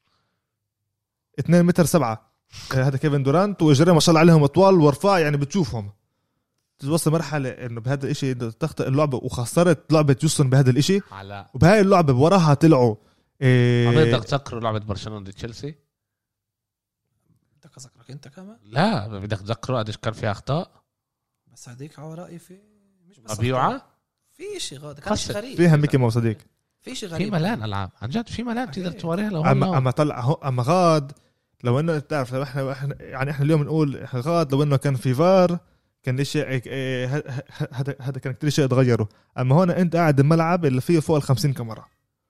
Speaker 2: 2.7 هذا كيفن دورانت وجري ما شاء الله عليهم اطوال ورفاع يعني بتشوفهم. توصل مرحله انه بهذا الاشي تخطئ اللعبه وخسرت لعبه يوستن بهذا الاشي وبهاي اللعبه وراها طلعوا
Speaker 1: بدك تذكروا لعبه برشلونه ضد تشيلسي.
Speaker 3: بدك اذكرك انت كمان
Speaker 1: لا بدك تذكروا قديش كان فيها اخطاء
Speaker 3: بس هديك على رايي في مش بس
Speaker 1: مبيوعه
Speaker 3: في شيء غاد كان شيء غريب
Speaker 2: فيها ميكي ماوس صديق
Speaker 3: في شيء غريب
Speaker 1: في ملان العاب عن جد في ملان تقدر توريها لو
Speaker 2: اما طلع اما غاد لو انه تعرف لو احنا يعني احنا اليوم نقول غاد لو انه كان في فار كان ليش هذا كان كتير شيء يتغيروا. اما هون انت قاعد الملعب اللي فيه فوق 50 كاميرا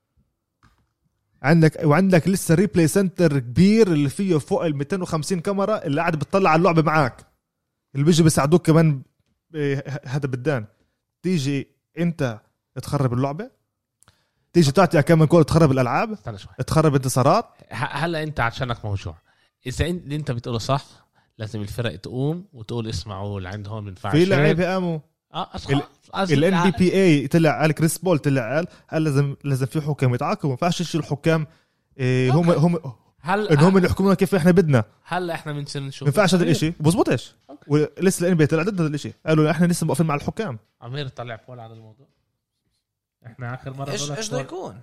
Speaker 2: وعندك لسه ريبلاي سنتر كبير اللي فيه فوق 250 كاميرا اللي قاعد بتطلع على اللعبه معاك اللي بيجي بيساعدوك كمان. هذا بدان تيجي انت تخرب اللعبه تيجي تعطي كمان كل تخرب الالعاب تخرب انتصارات.
Speaker 1: هلا انت عشانك موجوع اذا انت بتقوله صح لازم الفرق تقوم وتقول اسمعوا اللي عند هون بنفعش
Speaker 2: في لعيبه قاموا ال NBA طلع قال كريس بول طلع قال لازم في حكام يتعاقبوا ما ينفعش يشيل الحكام هم اللي يحكمونا كيف احنا بدنا.
Speaker 1: هلا احنا بنصير نشوف
Speaker 2: ما ينفعش هذا الاشي بظبطش ولسه ال NBA طلع ضد هذا الاشي قالوا احنا لسه واقفين مع الحكام.
Speaker 1: عمير طلع بول على الموضوع احنا اخر مره
Speaker 3: ايش بده يكون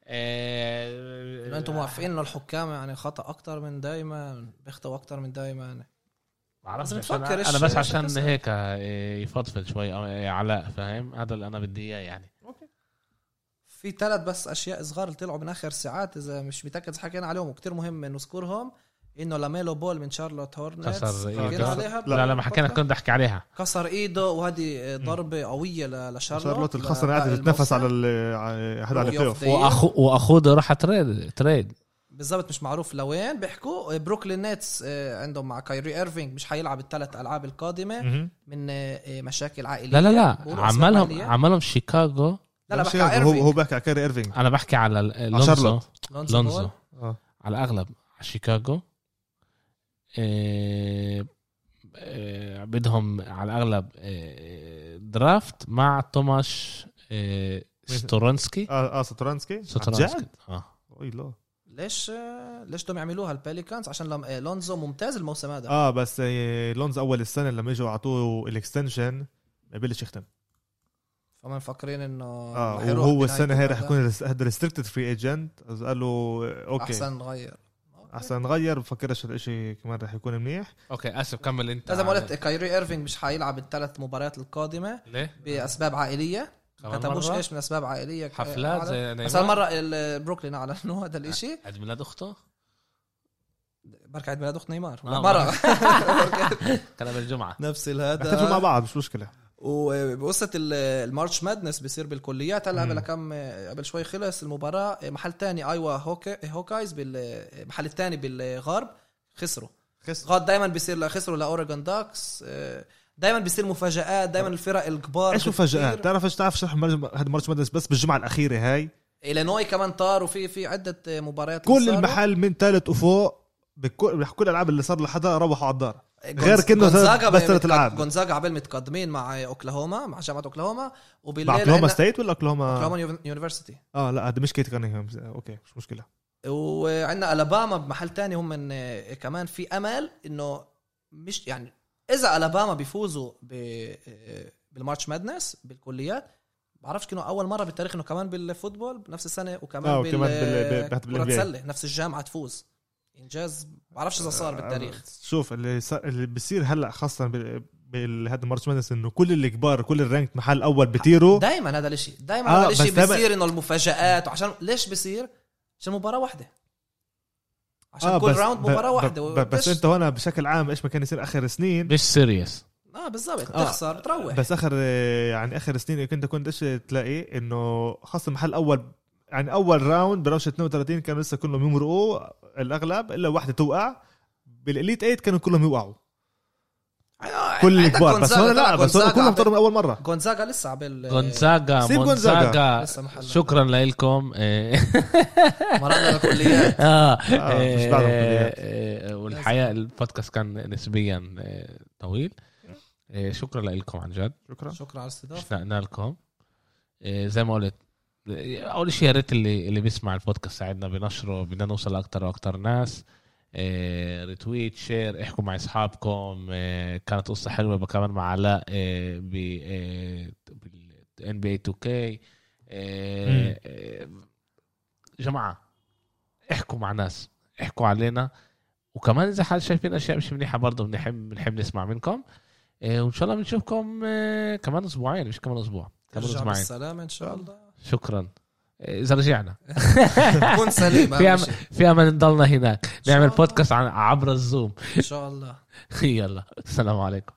Speaker 3: انتم موافقين انه الحكام يعني خطأ اكتر من دايما بيخطئوا اكتر من دايما
Speaker 1: بعرفش انا بس عشان هيك يفضفل شوي علاء فاهم هذا اللي انا بدي اياه يعني.
Speaker 3: اوكي في 3 بس اشياء صغار اللي طلعوا من اخر ساعات اذا مش متاكد حكينا عليهم وكتير مهم نذكرهم انه لاميلو بول من شارلوت هورنتس
Speaker 1: لا ما حكينا كنت احكي عليها
Speaker 3: كسر ايده وهذه ضربه قويه لشارلوت
Speaker 2: الخسر قاعد يتنافس على هذا على البلاي
Speaker 1: واخوه راح تريد
Speaker 3: بالضبط مش معروف لوين. بيحكوا بروكلين نيتس عندهم مع كايري إيرفينج مش حيلعب ال3 ألعاب القادمة من مشاكل عائلية.
Speaker 1: لا عملهم شيكاغو.
Speaker 3: لا بحكي
Speaker 2: هو بحكي على كايري إيرفينج
Speaker 1: انا بحكي على لونزو على الاغلب على شيكاغو بدهم على الاغلب درافت مع توماش ستورنسكي
Speaker 2: ستورنسكي اوي لا
Speaker 3: ليش بدهم يعملوها الباليكانز عشان لونزو ممتاز الموسم هذا
Speaker 2: بس لونزو اول السنه لما اجوا عطوه الاكستنشن ما بلش يختم
Speaker 3: فما مفكرين انه
Speaker 2: وهو السنه هي راح يكون هذا ريستريكتد فري ايجنت قالوا اوكي احسن نغير بفكرش الاشي كمان راح يكون منيح.
Speaker 1: اوكي اسف كمل انت.
Speaker 3: لازم قلت كايري إيرفينج مش حيلعب ال3 مباريات القادمه
Speaker 1: ليه
Speaker 3: باسباب عائليه كتبوش ايش من اسباب عائليه
Speaker 1: حفلات زي
Speaker 3: بس المره البروكلين اعلنوا هذا الاشي
Speaker 1: عيد ميلاد اخته
Speaker 3: بركة عيد ميلاد اخت نيمار مره
Speaker 1: كان بالجمعه
Speaker 3: نفس هذا
Speaker 2: بيحتفلوا مع بعض مش مشكله.
Speaker 3: وبقصة المارش مادنس بيصير بالكليات هلا قبل شوي خلص المباراة محل تاني ايوا هوكايز بالمحل التاني بالغرب خسروا غاد دايما بيصير خسروا لاوريجون داكس دائما بيصير مفاجآت دائما الفرق الكبار.
Speaker 2: ايش مفاجآت؟ تعرف شرح هذا مارش مادنس بس بالجمعه الاخيره هاي
Speaker 3: إلينوي كمان طار وفي عده مباريات
Speaker 2: كل المحل من ثالث وفوق بكل الالعاب اللي صار لحدا روحوا على الدار غير كأنه بس 3 العاب.
Speaker 3: غونزاغا عبال متقدمين مع اوكلاهوما مع جامعه اوكلاهوما
Speaker 2: وبالليل اوكلاهوما ستيت ولا اوكلاهوما
Speaker 3: يونيفرسيتي.
Speaker 2: لا هذا مش كيت كانينغهام. اوكي مش مشكله.
Speaker 3: وعندنا ألاباما بمحل تاني هم من كمان في امل انه مش يعني اذا ألاباما بيفوزوا بالمارش مادنس بالكليات بعرفش كانوا اول مره بالتاريخ انه كمان بالفوتبول بنفس السنه وكمان كرة السله نفس الجامعه تفوز. انجاز بعرفش اذا صار بالتاريخ.
Speaker 2: شوف اللي بيصير هلا خاصه بهذا المارش مادنس انه كل الكبار كل الرانك محل اول بتيرو
Speaker 3: دائما هذا الشيء هذا الشيء بيصير انه المفاجآت. وعشان ليش بيصير؟ عشان مباراه واحده عشان كل راوند مباراه واحده
Speaker 2: بس انت هنا بشكل عام ايش ما كان يصير اخر سنين
Speaker 1: مش سيريس.
Speaker 3: بالضبط تخسر تروح.
Speaker 2: بس اخر سنين كنت ايش تلاقي انه خاصه محل اول يعني اول راوند بروش 32 كانوا لسه كلهم يمرقوا الاغلب الا واحده توقع. بالاليت 8 كانوا كلهم يوقعوا كل الكبار. بس هون لا بس هون كلهم طلعوا من اول مره.
Speaker 3: غونزاغا لسه عبال
Speaker 1: غونزاغا شكرا لكم
Speaker 3: مرحبا بالكليات.
Speaker 2: مش بعد
Speaker 1: والحقيقه البودكاست كان نسبيا طويل. شكرا لكم عن جد.
Speaker 3: شكرا على الاستضافه.
Speaker 1: اشتقنا لكم. زي ما قلت اول شيء يا ريت اللي بيسمع البودكاست ساعدنا بنشره. بدنا نوصل لاكثر واكثر ناس. ريتويت شير احكوا مع اصحابكم. كانت قصه حلوه كمان مع علاء ب NBA 2K. جماعه احكوا مع ناس احكوا علينا. وكمان اذا حد شايفين اشياء مش منيحه برضه بنحب نسمع منكم. وان شاء الله بنشوفكم كمان اسبوعين مش كمان اسبوع كمان اسبوعين.
Speaker 3: بالسلامه ان شاء الله.
Speaker 1: شكرا. إذا رجعنا
Speaker 3: كون سليم
Speaker 1: في أمل نضلنا هناك نعمل بودكاست عبر الزوم
Speaker 3: إن شاء الله.
Speaker 1: يلا السلام عليكم.